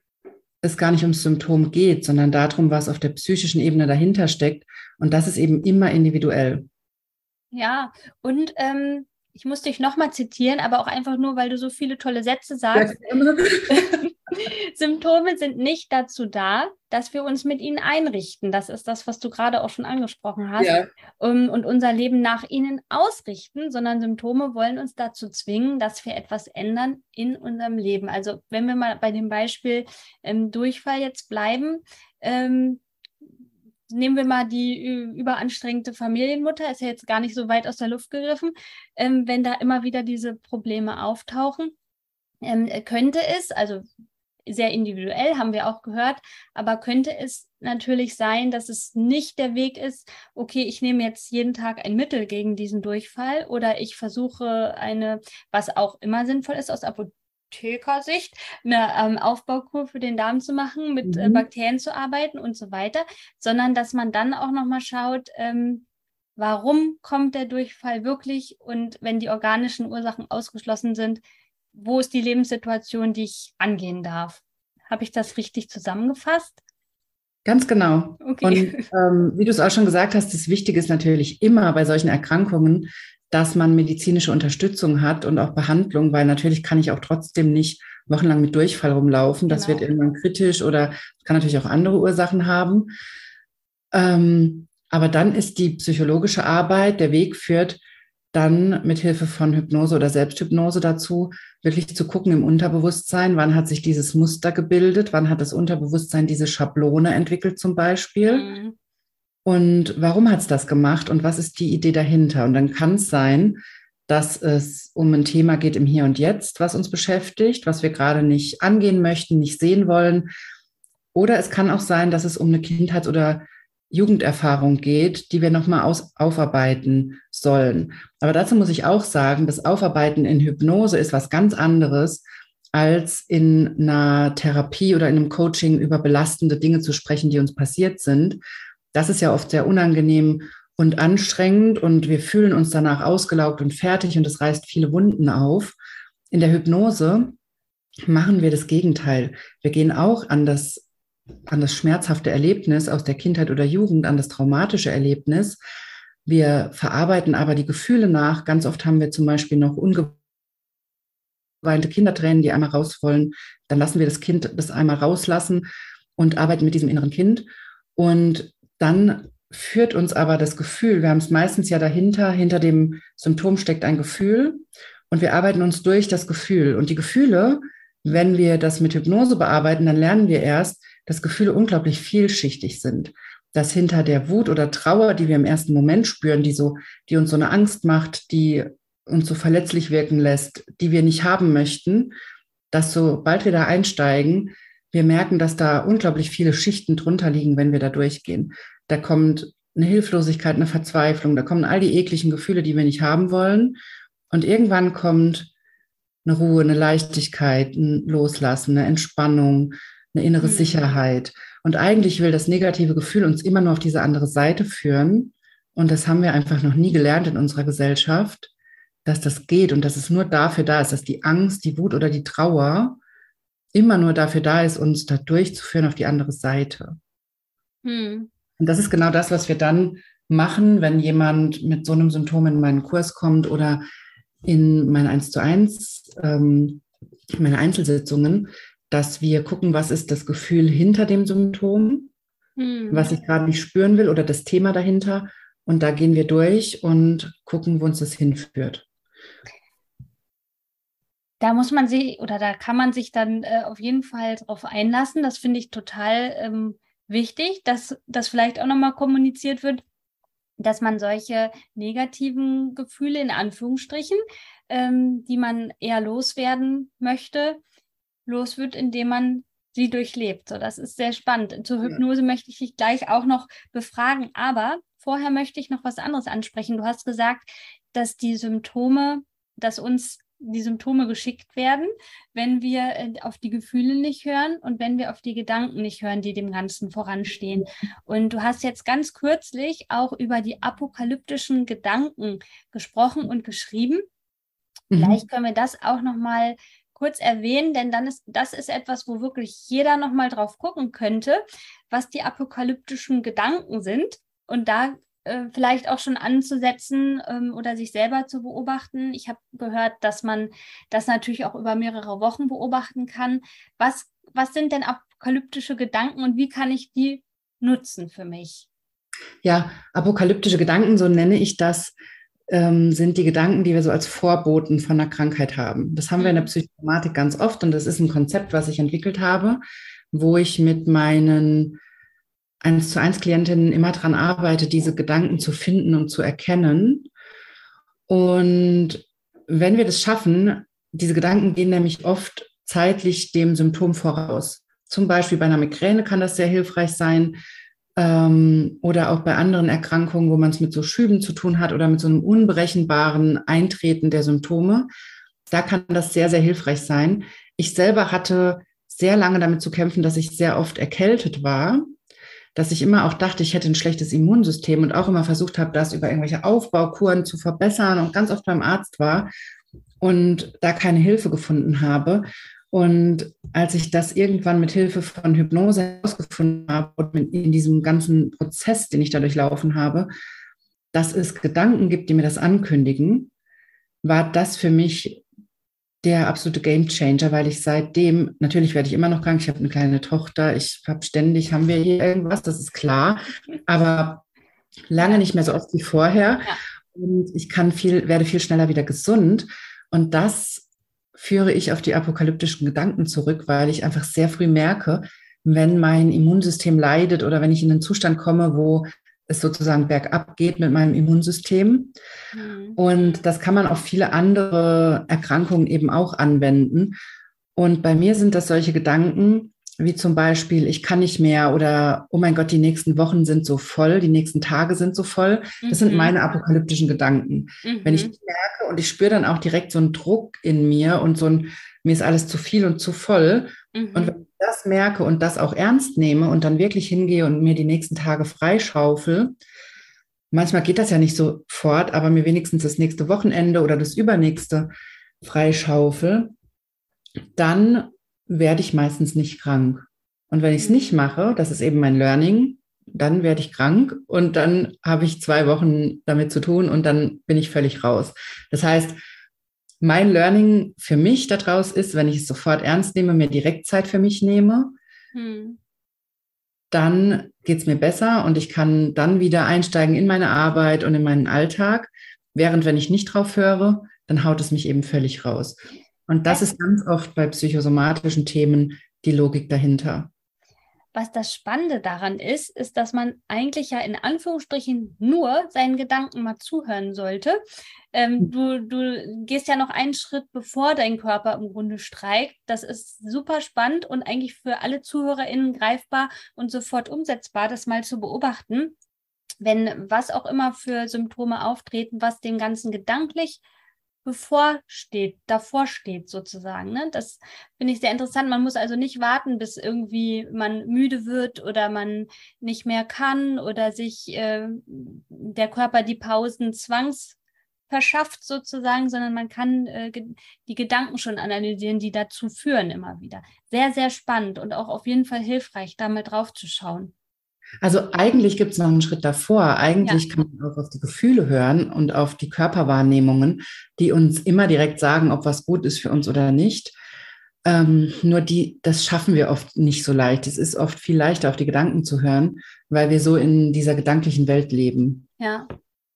es gar nicht ums Symptom geht, sondern darum, was auf der psychischen Ebene dahinter steckt. Und das ist eben immer individuell. Ja, und ähm, ich muss dich nochmal zitieren, aber auch einfach nur, weil du so viele tolle Sätze Ja, sagst. Symptome sind nicht dazu da, dass wir uns mit ihnen einrichten. Das ist das, was du gerade auch schon angesprochen hast. ja. Um, und unser Leben nach ihnen ausrichten, sondern Symptome wollen uns dazu zwingen, dass wir etwas ändern in unserem Leben. Also wenn wir mal bei dem Beispiel ähm, Durchfall jetzt bleiben, ähm, nehmen wir mal die überanstrengte Familienmutter, ist ja jetzt gar nicht so weit aus der Luft gegriffen, ähm, wenn da immer wieder diese Probleme auftauchen, ähm, könnte es, also sehr individuell, haben wir auch gehört, aber könnte es natürlich sein, dass es nicht der Weg ist, okay, ich nehme jetzt jeden Tag ein Mittel gegen diesen Durchfall oder ich versuche eine, was auch immer sinnvoll ist, aus, Apo- Apothekersicht eine ähm, Aufbaukur für den Darm zu machen, mit Mhm. äh, Bakterien zu arbeiten und so weiter, sondern dass man dann auch nochmal schaut, ähm, warum kommt der Durchfall wirklich und wenn die organischen Ursachen ausgeschlossen sind, wo ist die Lebenssituation, die ich angehen darf? Habe ich das richtig zusammengefasst? Ganz genau. Und Okay. ähm, wie du es auch schon gesagt hast, das Wichtige ist natürlich immer bei solchen Erkrankungen, dass man medizinische Unterstützung hat und auch Behandlung, weil natürlich kann ich auch trotzdem nicht wochenlang mit Durchfall rumlaufen. Das Genau. wird irgendwann kritisch oder kann natürlich auch andere Ursachen haben. Ähm, aber dann ist die psychologische Arbeit, der Weg führt dann mit Hilfe von Hypnose oder Selbsthypnose dazu, wirklich zu gucken im Unterbewusstsein, wann hat sich dieses Muster gebildet, wann hat das Unterbewusstsein diese Schablone entwickelt zum Beispiel Mhm. und warum hat es das gemacht und was ist die Idee dahinter? Und dann kann es sein, dass es um ein Thema geht im Hier und Jetzt, was uns beschäftigt, was wir gerade nicht angehen möchten, nicht sehen wollen. Oder es kann auch sein, dass es um eine Kindheits- oder Jugenderfahrung geht, die wir nochmal aus, aufarbeiten sollen. Aber dazu muss ich auch sagen, das Aufarbeiten in Hypnose ist was ganz anderes, als in einer Therapie oder in einem Coaching über belastende Dinge zu sprechen, die uns passiert sind. Das ist ja oft sehr unangenehm und anstrengend und wir fühlen uns danach ausgelaugt und fertig und es reißt viele Wunden auf. In der Hypnose machen wir das Gegenteil. Wir gehen auch an das an das schmerzhafte Erlebnis aus der Kindheit oder Jugend, an das traumatische Erlebnis. Wir verarbeiten aber die Gefühle nach. Ganz oft haben wir zum Beispiel noch ungeweinte Kindertränen, die einmal raus wollen. Dann lassen wir das Kind das einmal rauslassen und arbeiten mit diesem inneren Kind. Und dann führt uns aber das Gefühl, wir haben es meistens ja dahinter, hinter dem Symptom steckt ein Gefühl und wir arbeiten uns durch das Gefühl. Und die Gefühle, wenn wir das mit Hypnose bearbeiten, dann lernen wir erst, dass Gefühle unglaublich vielschichtig sind. Dass hinter der Wut oder Trauer, die wir im ersten Moment spüren, die so, die uns so eine Angst macht, die uns so verletzlich wirken lässt, die wir nicht haben möchten, dass sobald wir da einsteigen, wir merken, dass da unglaublich viele Schichten drunter liegen, wenn wir da durchgehen. Da kommt eine Hilflosigkeit, eine Verzweiflung, da kommen all die ekligen Gefühle, die wir nicht haben wollen. Und irgendwann kommt eine Ruhe, eine Leichtigkeit, ein Loslassen, eine Entspannung, eine innere Mhm. Sicherheit. Und eigentlich will das negative Gefühl uns immer nur auf diese andere Seite führen. Und das haben wir einfach noch nie gelernt in unserer Gesellschaft, dass das geht und dass es nur dafür da ist, dass die Angst, die Wut oder die Trauer immer nur dafür da ist, uns da durchzuführen auf die andere Seite. Mhm. Und das ist genau das, was wir dann machen, wenn jemand mit so einem Symptom in meinen Kurs kommt oder in meine eins zu eins, ähm, meine Einzelsitzungen, dass wir gucken, was ist das Gefühl hinter dem Symptom, Mhm. was ich gerade nicht spüren will oder das Thema dahinter. Und da gehen wir durch und gucken, wo uns das hinführt. Da muss man sich oder da kann man sich dann äh, auf jeden Fall drauf einlassen. Das finde ich total ähm, wichtig, dass das vielleicht auch nochmal kommuniziert wird, dass man solche negativen Gefühle in Anführungsstrichen, ähm, die man eher loswerden möchte, los wird, indem man sie durchlebt. So, das ist sehr spannend. Zur Hypnose ja. möchte ich dich gleich auch noch befragen, aber vorher möchte ich noch was anderes ansprechen. Du hast gesagt, dass die Symptome, dass uns die Symptome geschickt werden, wenn wir auf die Gefühle nicht hören und wenn wir auf die Gedanken nicht hören, die dem Ganzen voranstehen. Und du hast jetzt ganz kürzlich auch über die apokalyptischen Gedanken gesprochen und geschrieben. Mhm. Vielleicht können wir das auch noch mal kurz erwähnen, denn dann ist das ist etwas, wo wirklich jeder noch mal drauf gucken könnte, was die apokalyptischen Gedanken sind und da vielleicht auch schon anzusetzen ähm, oder sich selber zu beobachten. Ich habe gehört, dass man das natürlich auch über mehrere Wochen beobachten kann. Was, was sind denn apokalyptische Gedanken und wie kann ich die nutzen für mich? Ja, apokalyptische Gedanken, so nenne ich das, ähm, sind die Gedanken, die wir so als Vorboten von einer Krankheit haben. Das haben mhm. wir in der Psychosomatik ganz oft und das ist ein Konzept, was ich entwickelt habe, wo ich mit meinen eins zu eins Klientinnen immer daran arbeite, diese Gedanken zu finden und zu erkennen. Und wenn wir das schaffen, diese Gedanken gehen nämlich oft zeitlich dem Symptom voraus. Zum Beispiel bei einer Migräne kann das sehr hilfreich sein ähm, oder auch bei anderen Erkrankungen, wo man es mit so Schüben zu tun hat oder mit so einem unberechenbaren Eintreten der Symptome. da kann das sehr, sehr hilfreich sein. Ich selber hatte sehr lange damit zu kämpfen, dass ich sehr oft erkältet war, dass ich immer auch dachte, ich hätte ein schlechtes Immunsystem und auch immer versucht habe, das über irgendwelche Aufbaukuren zu verbessern und ganz oft beim Arzt war und da keine Hilfe gefunden habe. Und als ich das irgendwann mit Hilfe von Hypnose herausgefunden habe und in diesem ganzen Prozess, den ich da durchlaufen habe, dass es Gedanken gibt, die mir das ankündigen, war das für mich der absolute Gamechanger, weil ich seitdem, natürlich werde ich immer noch krank, ich habe eine kleine Tochter, ich habe ständig, haben wir hier irgendwas, das ist klar, aber lange nicht mehr so oft wie vorher. Ja. Und ich kann viel, werde viel schneller wieder gesund. Und das führe ich auf die apokalyptischen Gedanken zurück, weil ich einfach sehr früh merke, wenn mein Immunsystem leidet oder wenn ich in einen Zustand komme, wo es sozusagen bergab geht mit meinem Immunsystem. Mhm. Und das kann man auf viele andere Erkrankungen eben auch anwenden. Und bei mir sind das solche Gedanken, wie zum Beispiel, ich kann nicht mehr oder, oh mein Gott, die nächsten Wochen sind so voll, die nächsten Tage sind so voll. Das mhm. sind meine apokalyptischen Gedanken. Mhm. Wenn ich die merke und ich spüre dann auch direkt so einen Druck in mir und so ein, mir ist alles zu viel und zu voll. Mhm. Und wenn ich das merke und das auch ernst nehme und dann wirklich hingehe und mir die nächsten Tage freischaufel, manchmal geht das ja nicht sofort, aber mir wenigstens das nächste Wochenende oder das übernächste freischaufel, dann werde ich meistens nicht krank. Und wenn ich es nicht mache, das ist eben mein Learning, dann werde ich krank und dann habe ich zwei Wochen damit zu tun und dann bin ich völlig raus. Das heißt, mein Learning für mich daraus ist, wenn ich es sofort ernst nehme, mir direkt Zeit für mich nehme, hm. dann geht es mir besser und ich kann dann wieder einsteigen in meine Arbeit und in meinen Alltag. Während wenn ich nicht drauf höre, dann haut es mich eben völlig raus. Und das ist ganz oft bei psychosomatischen Themen die Logik dahinter. Was das Spannende daran ist, ist, dass man eigentlich ja in Anführungsstrichen nur seinen Gedanken mal zuhören sollte. Ähm, du, du gehst ja noch einen Schritt, bevor dein Körper im Grunde streikt. Das ist super spannend und eigentlich für alle ZuhörerInnen greifbar und sofort umsetzbar, das mal zu beobachten. Wenn was auch immer für Symptome auftreten, was dem Ganzen gedanklich bevorsteht, davor steht sozusagen. Ne? Das finde ich sehr interessant. Man muss also nicht warten, bis irgendwie man müde wird oder man nicht mehr kann oder sich äh, der Körper die Pausen zwangs verschafft sozusagen, sondern man kann äh, ge- die Gedanken schon analysieren, die dazu führen immer wieder. Sehr, sehr spannend und auch auf jeden Fall hilfreich, da mal drauf zu schauen. Also eigentlich gibt es noch einen Schritt davor. Eigentlich ja. kann man auch auf die Gefühle hören und auf die Körperwahrnehmungen, die uns immer direkt sagen, ob was gut ist für uns oder nicht. Ähm, nur die, das schaffen wir oft nicht so leicht. Es ist oft viel leichter, auf die Gedanken zu hören, weil wir so in dieser gedanklichen Welt leben. Ja,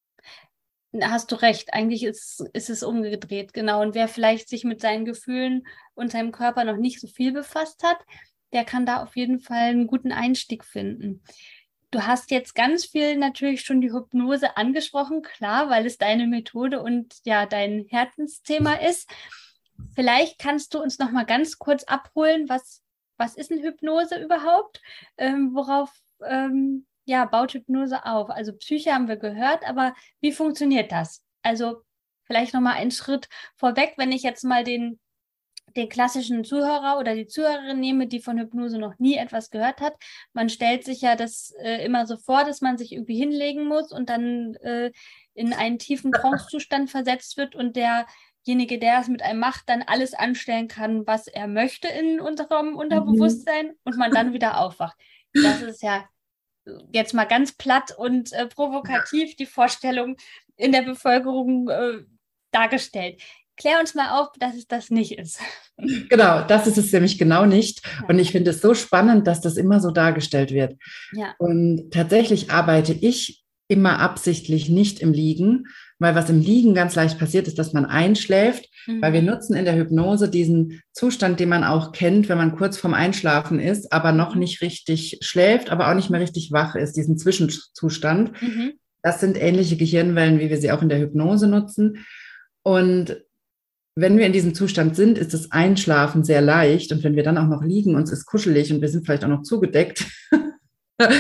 hast du recht. Eigentlich ist, ist es umgedreht, genau. Und wer vielleicht sich mit seinen Gefühlen und seinem Körper noch nicht so viel befasst hat, der kann da auf jeden Fall einen guten Einstieg finden. Du hast jetzt ganz viel natürlich schon die Hypnose angesprochen, klar, weil es deine Methode und ja dein Herzensthema ist. Vielleicht kannst du uns noch mal ganz kurz abholen, was, was ist eine Hypnose überhaupt? Ähm, worauf ähm, ja, baut Hypnose auf? Also Psyche haben wir gehört, aber wie funktioniert das? Also vielleicht noch mal einen Schritt vorweg, wenn ich jetzt mal den den klassischen Zuhörer oder die Zuhörerin nehme, die von Hypnose noch nie etwas gehört hat. Man stellt sich ja das äh, immer so vor, dass man sich irgendwie hinlegen muss und dann äh, in einen tiefen Trance-Zustand versetzt wird und derjenige, der es mit einem macht, dann alles anstellen kann, was er möchte in unserem Unterbewusstsein mhm. und man dann wieder aufwacht. Das ist ja jetzt mal ganz platt und äh, provokativ die Vorstellung in der Bevölkerung äh, dargestellt. Klär uns mal auf, dass es das nicht ist. Genau, das ist es nämlich genau nicht. Ja. Und ich finde es so spannend, dass das immer so dargestellt wird. Ja. Und tatsächlich arbeite ich immer absichtlich nicht im Liegen, weil was im Liegen ganz leicht passiert, ist, dass man einschläft, mhm. weil wir nutzen in der Hypnose diesen Zustand, den man auch kennt, wenn man kurz vorm Einschlafen ist, aber noch nicht richtig schläft, aber auch nicht mehr richtig wach ist, diesen Zwischenzustand. Mhm. Das sind ähnliche Gehirnwellen, wie wir sie auch in der Hypnose nutzen. Und wenn wir in diesem Zustand sind, ist das Einschlafen sehr leicht. Und wenn wir dann auch noch liegen, uns ist kuschelig und wir sind vielleicht auch noch zugedeckt,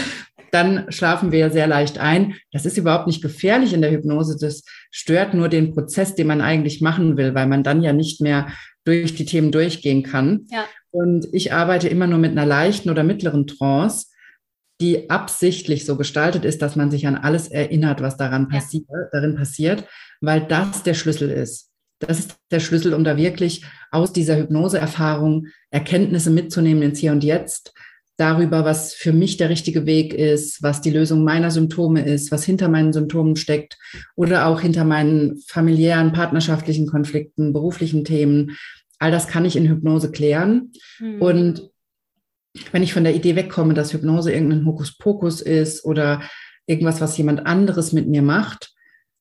dann schlafen wir sehr leicht ein. Das ist überhaupt nicht gefährlich in der Hypnose. Das stört nur den Prozess, den man eigentlich machen will, weil man dann ja nicht mehr durch die Themen durchgehen kann. Ja. Und ich arbeite immer nur mit einer leichten oder mittleren Trance, die absichtlich so gestaltet ist, dass man sich an alles erinnert, was daran Ja. passiert, darin passiert, weil das der Schlüssel ist. Das ist der Schlüssel, um da wirklich aus dieser Hypnoseerfahrung Erkenntnisse mitzunehmen ins Hier und Jetzt, darüber, was für mich der richtige Weg ist, was die Lösung meiner Symptome ist, was hinter meinen Symptomen steckt oder auch hinter meinen familiären, partnerschaftlichen Konflikten, beruflichen Themen. All das kann ich in Hypnose klären. Mhm. Und wenn ich von der Idee wegkomme, dass Hypnose irgendein Hokuspokus ist oder irgendwas, was jemand anderes mit mir macht,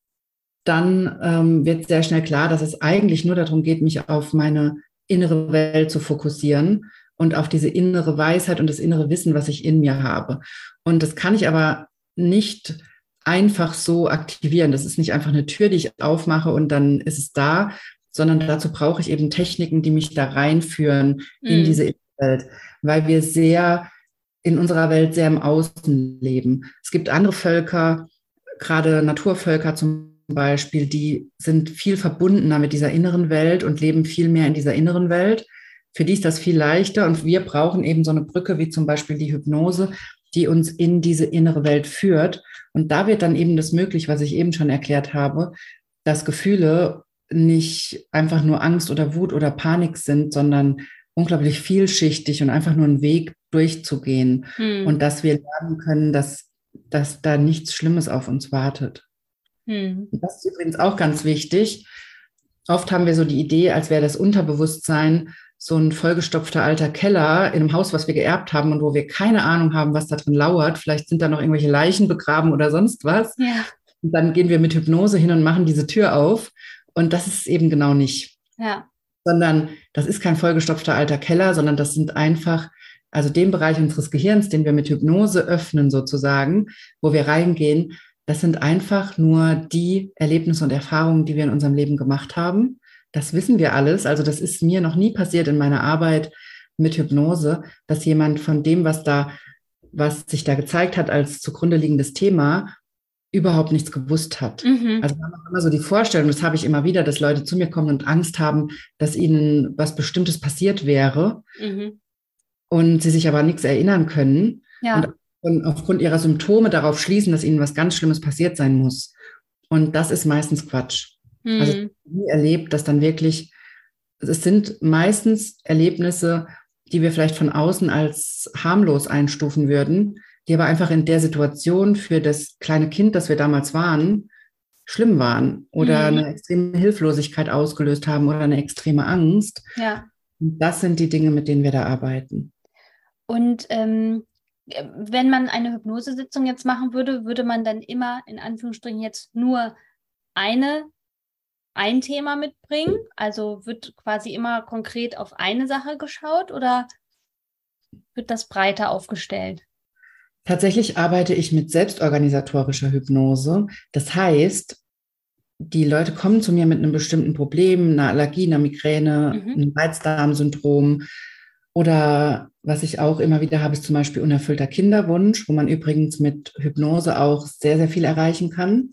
dann ähm, wird sehr schnell klar, dass es eigentlich nur darum geht, mich auf meine innere Welt zu fokussieren und auf diese innere Weisheit und das innere Wissen, was ich in mir habe. Und das kann ich aber nicht einfach so aktivieren. Das ist nicht einfach eine Tür, die ich aufmache und dann ist es da, sondern dazu brauche ich eben Techniken, die mich da reinführen in mm. diese innere Welt, weil wir sehr in unserer Welt sehr im Außen leben. Es gibt andere Völker, gerade Naturvölker zum Beispiel, die sind viel verbundener mit dieser inneren Welt und leben viel mehr in dieser inneren Welt. Für die ist das viel leichter und wir brauchen eben so eine Brücke wie zum Beispiel die Hypnose, die uns in diese innere Welt führt. Und da wird dann eben das möglich, was ich eben schon erklärt habe, dass Gefühle nicht einfach nur Angst oder Wut oder Panik sind, sondern unglaublich vielschichtig und einfach nur einen Weg durchzugehen. Hm. Und dass wir lernen können, dass, dass da nichts Schlimmes auf uns wartet. Hm. Das ist übrigens auch ganz wichtig. Oft haben wir so die Idee, als wäre das Unterbewusstsein so ein vollgestopfter alter Keller in einem Haus, was wir geerbt haben und wo wir keine Ahnung haben, was da drin lauert. Vielleicht sind da noch irgendwelche Leichen begraben oder sonst was. Ja. Und dann gehen wir mit Hypnose hin und machen diese Tür auf. Und das ist eben genau nicht. Ja. Sondern das ist kein vollgestopfter alter Keller, sondern das sind einfach, also den Bereich unseres Gehirns, den wir mit Hypnose öffnen sozusagen, wo wir reingehen, das sind einfach nur die Erlebnisse und Erfahrungen, die wir in unserem Leben gemacht haben. Das wissen wir alles. Also das ist mir noch nie passiert in meiner Arbeit mit Hypnose, dass jemand von dem, was da, was sich da gezeigt hat als zugrunde liegendes Thema, überhaupt nichts gewusst hat. Mhm. Also wir haben auch immer so die Vorstellung, das habe ich immer wieder, dass Leute zu mir kommen und Angst haben, dass ihnen was Bestimmtes passiert wäre mhm. und sie sich aber nichts erinnern können ja. und, und aufgrund ihrer Symptome darauf schließen, dass ihnen was ganz Schlimmes passiert sein muss. Und das ist meistens Quatsch. Mhm. Also ich habe nie erlebt, dass dann wirklich, es sind meistens Erlebnisse, die wir vielleicht von außen als harmlos einstufen würden, die aber einfach in der Situation für das kleine Kind, das wir damals waren, schlimm waren oder mhm. eine extreme Hilflosigkeit ausgelöst haben oder eine extreme Angst. Ja. Und das sind die Dinge, mit denen wir da arbeiten. Und ähm, wenn man eine Hypnosesitzung jetzt machen würde, würde man dann immer in Anführungsstrichen jetzt nur eine, ein Thema mitbringen? Also wird quasi immer konkret auf eine Sache geschaut oder wird das breiter aufgestellt? Tatsächlich arbeite ich mit selbstorganisatorischer Hypnose. Das heißt, die Leute kommen zu mir mit einem bestimmten Problem, einer Allergie, einer Migräne, mhm. einem Reizdarmsyndrom oder was ich auch immer wieder habe, ist zum Beispiel unerfüllter Kinderwunsch, wo man übrigens mit Hypnose auch sehr, sehr viel erreichen kann.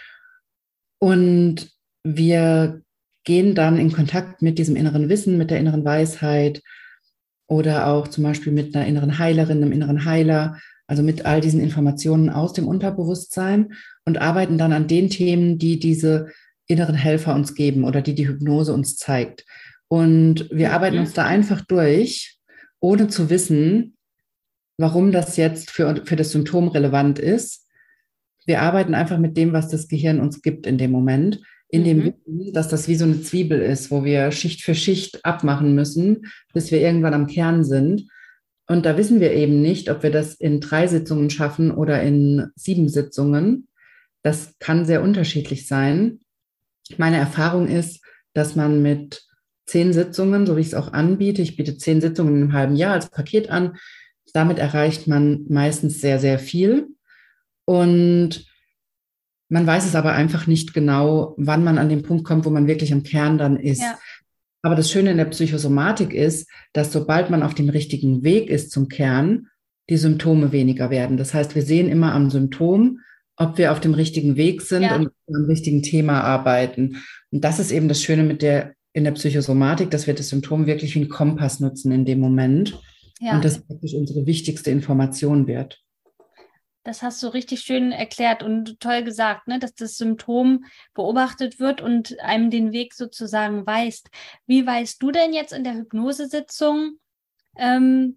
Und wir gehen dann in Kontakt mit diesem inneren Wissen, mit der inneren Weisheit oder auch zum Beispiel mit einer inneren Heilerin, einem inneren Heiler, also mit all diesen Informationen aus dem Unterbewusstsein und arbeiten dann an den Themen, die diese inneren Helfer uns geben oder die die Hypnose uns zeigt. Und wir arbeiten uns da einfach durch, ohne zu wissen, warum das jetzt für, für das Symptom relevant ist. Wir arbeiten einfach mit dem, was das Gehirn uns gibt in dem Moment, in dem Wissen, dass das wie so eine Zwiebel ist, wo wir Schicht für Schicht abmachen müssen, bis wir irgendwann am Kern sind. Und da wissen wir eben nicht, ob wir das in drei Sitzungen schaffen oder in sieben Sitzungen. Das kann sehr unterschiedlich sein. Meine Erfahrung ist, dass man mit zehn Sitzungen, so wie ich es auch anbiete, ich biete zehn Sitzungen in einem halben Jahr als Paket an, damit erreicht man meistens sehr, sehr viel. Und man weiß es aber einfach nicht genau, wann man an den Punkt kommt, wo man wirklich am Kern dann ist. Ja. Aber das Schöne in der Psychosomatik ist, dass sobald man auf dem richtigen Weg ist zum Kern, die Symptome weniger werden. Das heißt, wir sehen immer am Symptom, ob wir auf dem richtigen Weg sind Ja. und am richtigen Thema arbeiten. Und das ist eben das Schöne mit der, in der Psychosomatik, dass wir das Symptom wirklich wie einen Kompass nutzen in dem Moment Ja. und das wirklich unsere wichtigste Information wird. Das hast du richtig schön erklärt und toll gesagt, ne? Dass das Symptom beobachtet wird und einem den Weg sozusagen weist. Wie weißt du denn jetzt in der Hypnosesitzung, ähm,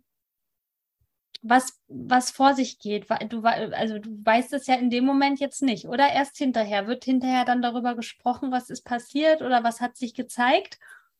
was, was vor sich geht? Du, also du weißt es ja in dem Moment jetzt nicht, oder? Erst hinterher. Wird hinterher dann darüber gesprochen, was ist passiert oder was hat sich gezeigt?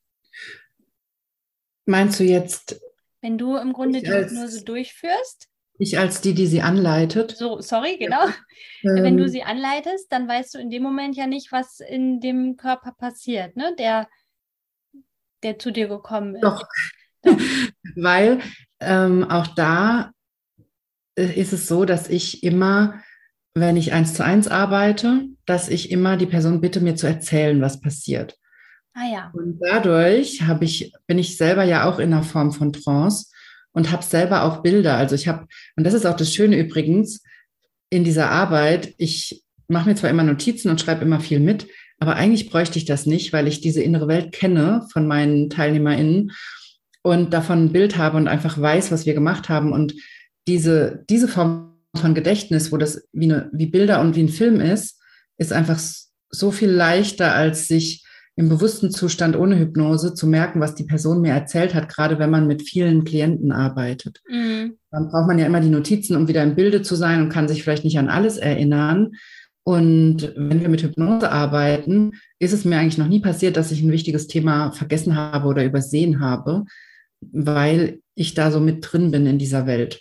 Meinst du jetzt, wenn du im Grunde die als, Hypnose durchführst? Ich als die, die sie anleitet? So, sorry, genau. Ja. Wenn du sie anleitest, dann weißt du in dem Moment ja nicht, was in dem Körper passiert, ne? Der, der zu dir gekommen ist. Doch. Doch. Weil ähm, auch da ist es so, dass ich immer, wenn ich eins zu eins arbeite, dass ich immer die Person bitte, mir zu erzählen, was passiert. Ah ja. Und dadurch habe ich, bin ich selber ja auch in einer Form von Trance und habe selber auch Bilder. Also ich habe, und das ist auch das Schöne übrigens in dieser Arbeit, ich mache mir zwar immer Notizen und schreibe immer viel mit, aber eigentlich bräuchte ich das nicht, weil ich diese innere Welt kenne von meinen TeilnehmerInnen und davon ein Bild habe und einfach weiß, was wir gemacht haben. Und diese, diese Form von Gedächtnis, wo das wie, eine, wie Bilder und wie ein Film ist, ist einfach so viel leichter, als sich im bewussten Zustand ohne Hypnose zu merken, was die Person mir erzählt hat, gerade wenn man mit vielen Klienten arbeitet. Mhm. Dann braucht man ja immer die Notizen, um wieder im Bilde zu sein und kann sich vielleicht nicht an alles erinnern. Und wenn wir mit Hypnose arbeiten, ist es mir eigentlich noch nie passiert, dass ich ein wichtiges Thema vergessen habe oder übersehen habe, weil ich da so mit drin bin in dieser Welt.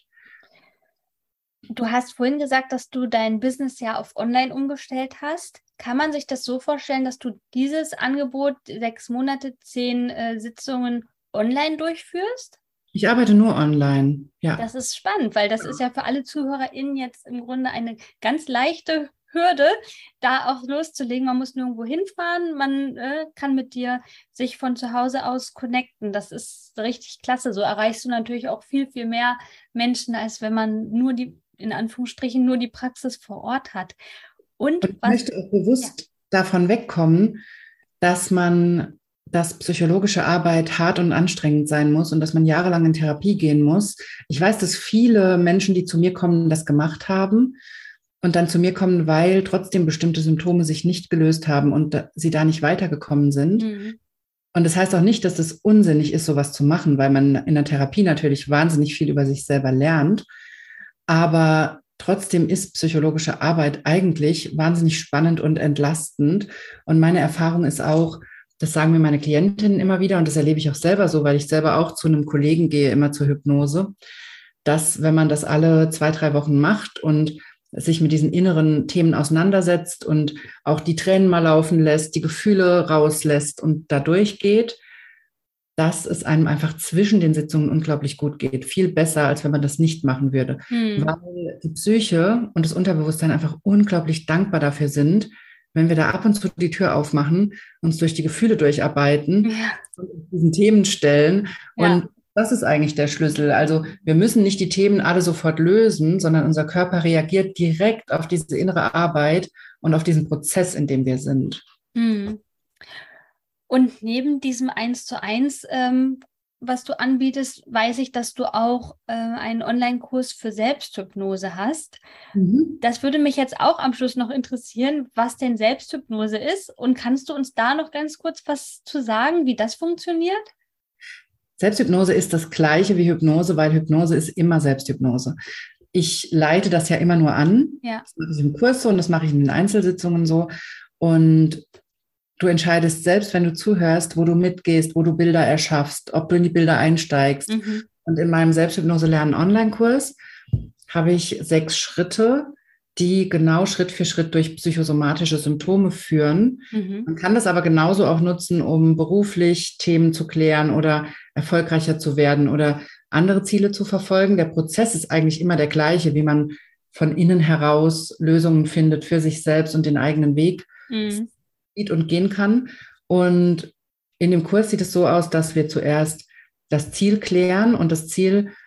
Du hast vorhin gesagt, dass du dein Business ja auf Online umgestellt hast. Kann man sich das so vorstellen, dass du dieses Angebot, sechs Monate, zehn äh, Sitzungen online durchführst? Ich arbeite nur online, ja. Das ist spannend, weil das ist ja für alle ZuhörerInnen jetzt im Grunde eine ganz leichte Hürde, da auch loszulegen. Man muss nirgendwo hinfahren, man äh, kann mit dir sich von zu Hause aus connecten. Das ist richtig klasse. So erreichst du natürlich auch viel, viel mehr Menschen, als wenn man nur die, in Anführungsstrichen, nur die Praxis vor Ort hat. Und, Und ich was, möchte auch bewusst ja. davon wegkommen, dass man, dass psychologische Arbeit hart und anstrengend sein muss und dass man jahrelang in Therapie gehen muss. Ich weiß, dass viele Menschen, die zu mir kommen, das gemacht haben und dann zu mir kommen, weil trotzdem bestimmte Symptome sich nicht gelöst haben und da, sie da nicht weitergekommen sind. Mhm. Und das heißt auch nicht, dass es unsinnig ist, sowas zu machen, weil man in der Therapie natürlich wahnsinnig viel über sich selber lernt. Aber trotzdem ist psychologische Arbeit eigentlich wahnsinnig spannend und entlastend. Und meine Erfahrung ist auch, das sagen mir meine Klientinnen immer wieder, und das erlebe ich auch selber so, weil ich selber auch zu einem Kollegen gehe, immer zur Hypnose, dass wenn man das alle zwei, drei Wochen macht und sich mit diesen inneren Themen auseinandersetzt und auch die Tränen mal laufen lässt, die Gefühle rauslässt und da durchgeht, dass es einem einfach zwischen den Sitzungen unglaublich gut geht. Viel besser, als wenn man das nicht machen würde. Hm. Weil die Psyche und das Unterbewusstsein einfach unglaublich dankbar dafür sind, wenn wir da ab und zu die Tür aufmachen, uns durch die Gefühle durcharbeiten, ja. und diesen Themen stellen. Ja. Und das ist eigentlich der Schlüssel. Also wir müssen nicht die Themen alle sofort lösen, sondern unser Körper reagiert direkt auf diese innere Arbeit und auf diesen Prozess, in dem wir sind. Hm. Und neben diesem eins zu eins, ähm, was du anbietest, weiß ich, dass du auch äh, einen Online-Kurs für Selbsthypnose hast. Mhm. Das würde mich jetzt auch am Schluss noch interessieren, was denn Selbsthypnose ist. Und kannst du uns da noch ganz kurz was zu sagen, wie das funktioniert? Selbsthypnose ist das Gleiche wie Hypnose, weil Hypnose ist immer Selbsthypnose. Ich leite das ja immer nur an. Ja. Das mache ich im Kurs so und das mache ich in den Einzelsitzungen so. Und du entscheidest selbst, wenn du zuhörst, wo du mitgehst, wo du Bilder erschaffst, ob du in die Bilder einsteigst. Mhm. Und in meinem Selbsthypnose-Lernen-Online-Kurs habe ich sechs Schritte, die genau Schritt für Schritt durch psychosomatische Symptome führen. Mhm. Man kann das aber genauso auch nutzen, um beruflich Themen zu klären oder erfolgreicher zu werden oder andere Ziele zu verfolgen. Der Prozess ist eigentlich immer der gleiche, wie man von innen heraus Lösungen findet für sich selbst und den eigenen Weg mhm. sieht und gehen kann. Und in dem Kurs sieht es so aus, dass wir zuerst das Ziel klären und das Ziel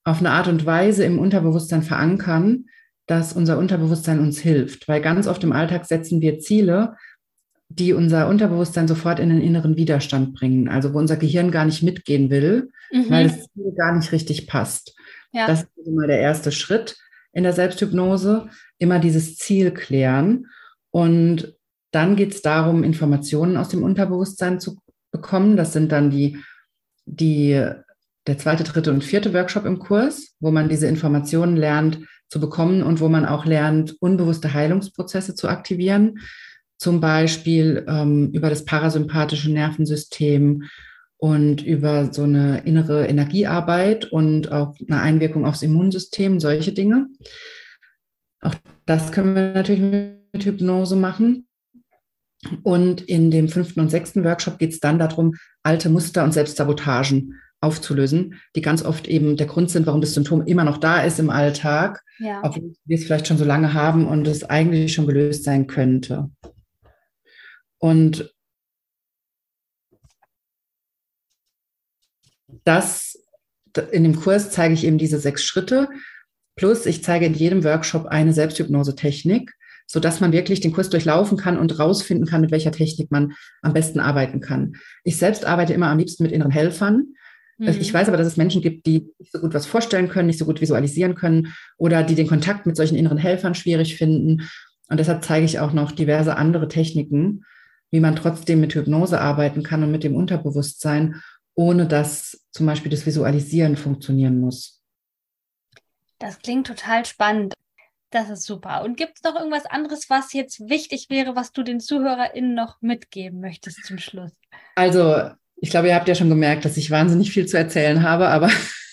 auf eine Art und Weise im Unterbewusstsein verankern, dass unser Unterbewusstsein uns hilft. Weil ganz oft im Alltag setzen wir Ziele, die unser Unterbewusstsein sofort in den inneren Widerstand bringen. Also wo unser Gehirn gar nicht mitgehen will, mhm. weil das Ziel gar nicht richtig passt. Ja. Das ist also mal der erste Schritt in der Selbsthypnose, immer dieses Ziel klären. Und dann geht es darum, Informationen aus dem Unterbewusstsein zu bekommen. Das sind dann die, die, der zweite, dritte und vierte Workshop im Kurs, wo man diese Informationen lernt zu bekommen und wo man auch lernt, unbewusste Heilungsprozesse zu aktivieren. Zum Beispiel ähm, über das parasympathische Nervensystem und über so eine innere Energiearbeit und auch eine Einwirkung aufs Immunsystem, solche Dinge. Auch das können wir natürlich mit Hypnose machen. Und in dem fünften und sechsten Workshop geht es dann darum, alte Muster und Selbstsabotagen aufzulösen, die ganz oft eben der Grund sind, warum das Symptom immer noch da ist im Alltag, ja. obwohl wir es vielleicht schon so lange haben und es eigentlich schon gelöst sein könnte. Und das, in dem Kurs zeige ich eben diese sechs Schritte, plus ich zeige in jedem Workshop eine Selbsthypnose-Technik, sodass man wirklich den Kurs durchlaufen kann und rausfinden kann, mit welcher Technik man am besten arbeiten kann. Ich selbst arbeite immer am liebsten mit inneren Helfern. Mhm. Ich weiß aber, dass es Menschen gibt, die nicht so gut was vorstellen können, nicht so gut visualisieren können oder die den Kontakt mit solchen inneren Helfern schwierig finden. Und deshalb zeige ich auch noch diverse andere Techniken, wie man trotzdem mit Hypnose arbeiten kann und mit dem Unterbewusstsein, ohne dass zum Beispiel das Visualisieren funktionieren muss. Das klingt total spannend. Das ist super. Und gibt es noch irgendwas anderes, was jetzt wichtig wäre, was du den ZuhörerInnen noch mitgeben möchtest zum Schluss? Also, ich glaube, ihr habt ja schon gemerkt, dass ich wahnsinnig viel zu erzählen habe, aber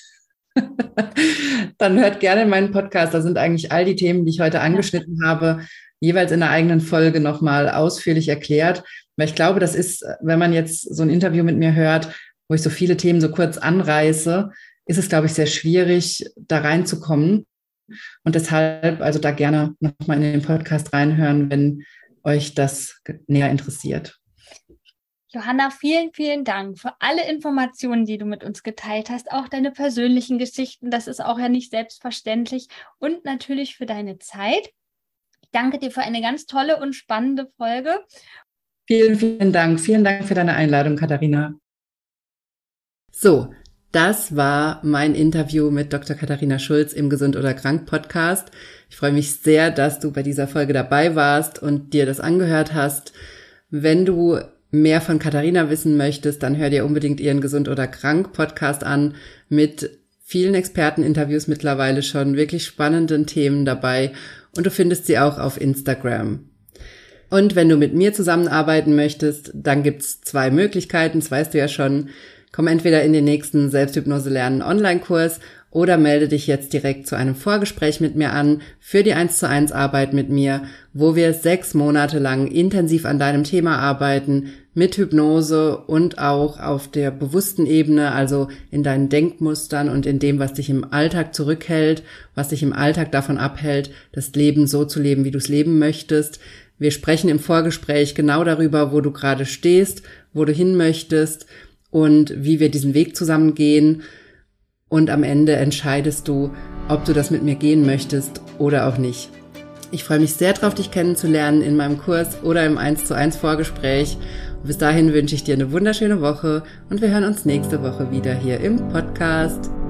dann hört gerne in meinen Podcast. Da sind eigentlich all die Themen, die ich heute angeschnitten ja. habe, jeweils in einer eigenen Folge nochmal ausführlich erklärt. Weil ich glaube, das ist, wenn man jetzt so ein Interview mit mir hört, wo ich so viele Themen so kurz anreiße, ist es, glaube ich, sehr schwierig, da reinzukommen. Und deshalb also da gerne nochmal in den Podcast reinhören, wenn euch das näher interessiert. Johanna, vielen, vielen Dank für alle Informationen, die du mit uns geteilt hast, auch deine persönlichen Geschichten. Das ist auch ja nicht selbstverständlich. Und natürlich für deine Zeit. Ich danke dir für eine ganz tolle und spannende Folge. Vielen, vielen Dank. Vielen Dank für deine Einladung, Katharina. So, das war mein Interview mit Doktor Katharina Schulz im Gesund oder Krank Podcast. Ich freue mich sehr, dass du bei dieser Folge dabei warst und dir das angehört hast. Wenn du mehr von Katharina wissen möchtest, dann hör dir unbedingt ihren Gesund oder Krank Podcast an mit vielen Experteninterviews mittlerweile schon, wirklich spannenden Themen dabei. Und du findest sie auch auf Instagram. Und wenn du mit mir zusammenarbeiten möchtest, dann gibt's zwei Möglichkeiten, das weißt du ja schon. Komm entweder in den nächsten Selbsthypnose lernen Online-Kurs oder melde dich jetzt direkt zu einem Vorgespräch mit mir an für die eins zu eins Arbeit mit mir, wo wir sechs Monate lang intensiv an deinem Thema arbeiten, mit Hypnose und auch auf der bewussten Ebene, also in deinen Denkmustern und in dem, was dich im Alltag zurückhält, was dich im Alltag davon abhält, das Leben so zu leben, wie du es leben möchtest. Wir sprechen im Vorgespräch genau darüber, wo du gerade stehst, wo du hin möchtest und wie wir diesen Weg zusammen gehen. Und am Ende entscheidest du, ob du das mit mir gehen möchtest oder auch nicht. Ich freue mich sehr drauf, dich kennenzulernen in meinem Kurs oder im eins zu eins Vorgespräch. Und bis dahin wünsche ich dir eine wunderschöne Woche und wir hören uns nächste Woche wieder hier im Podcast.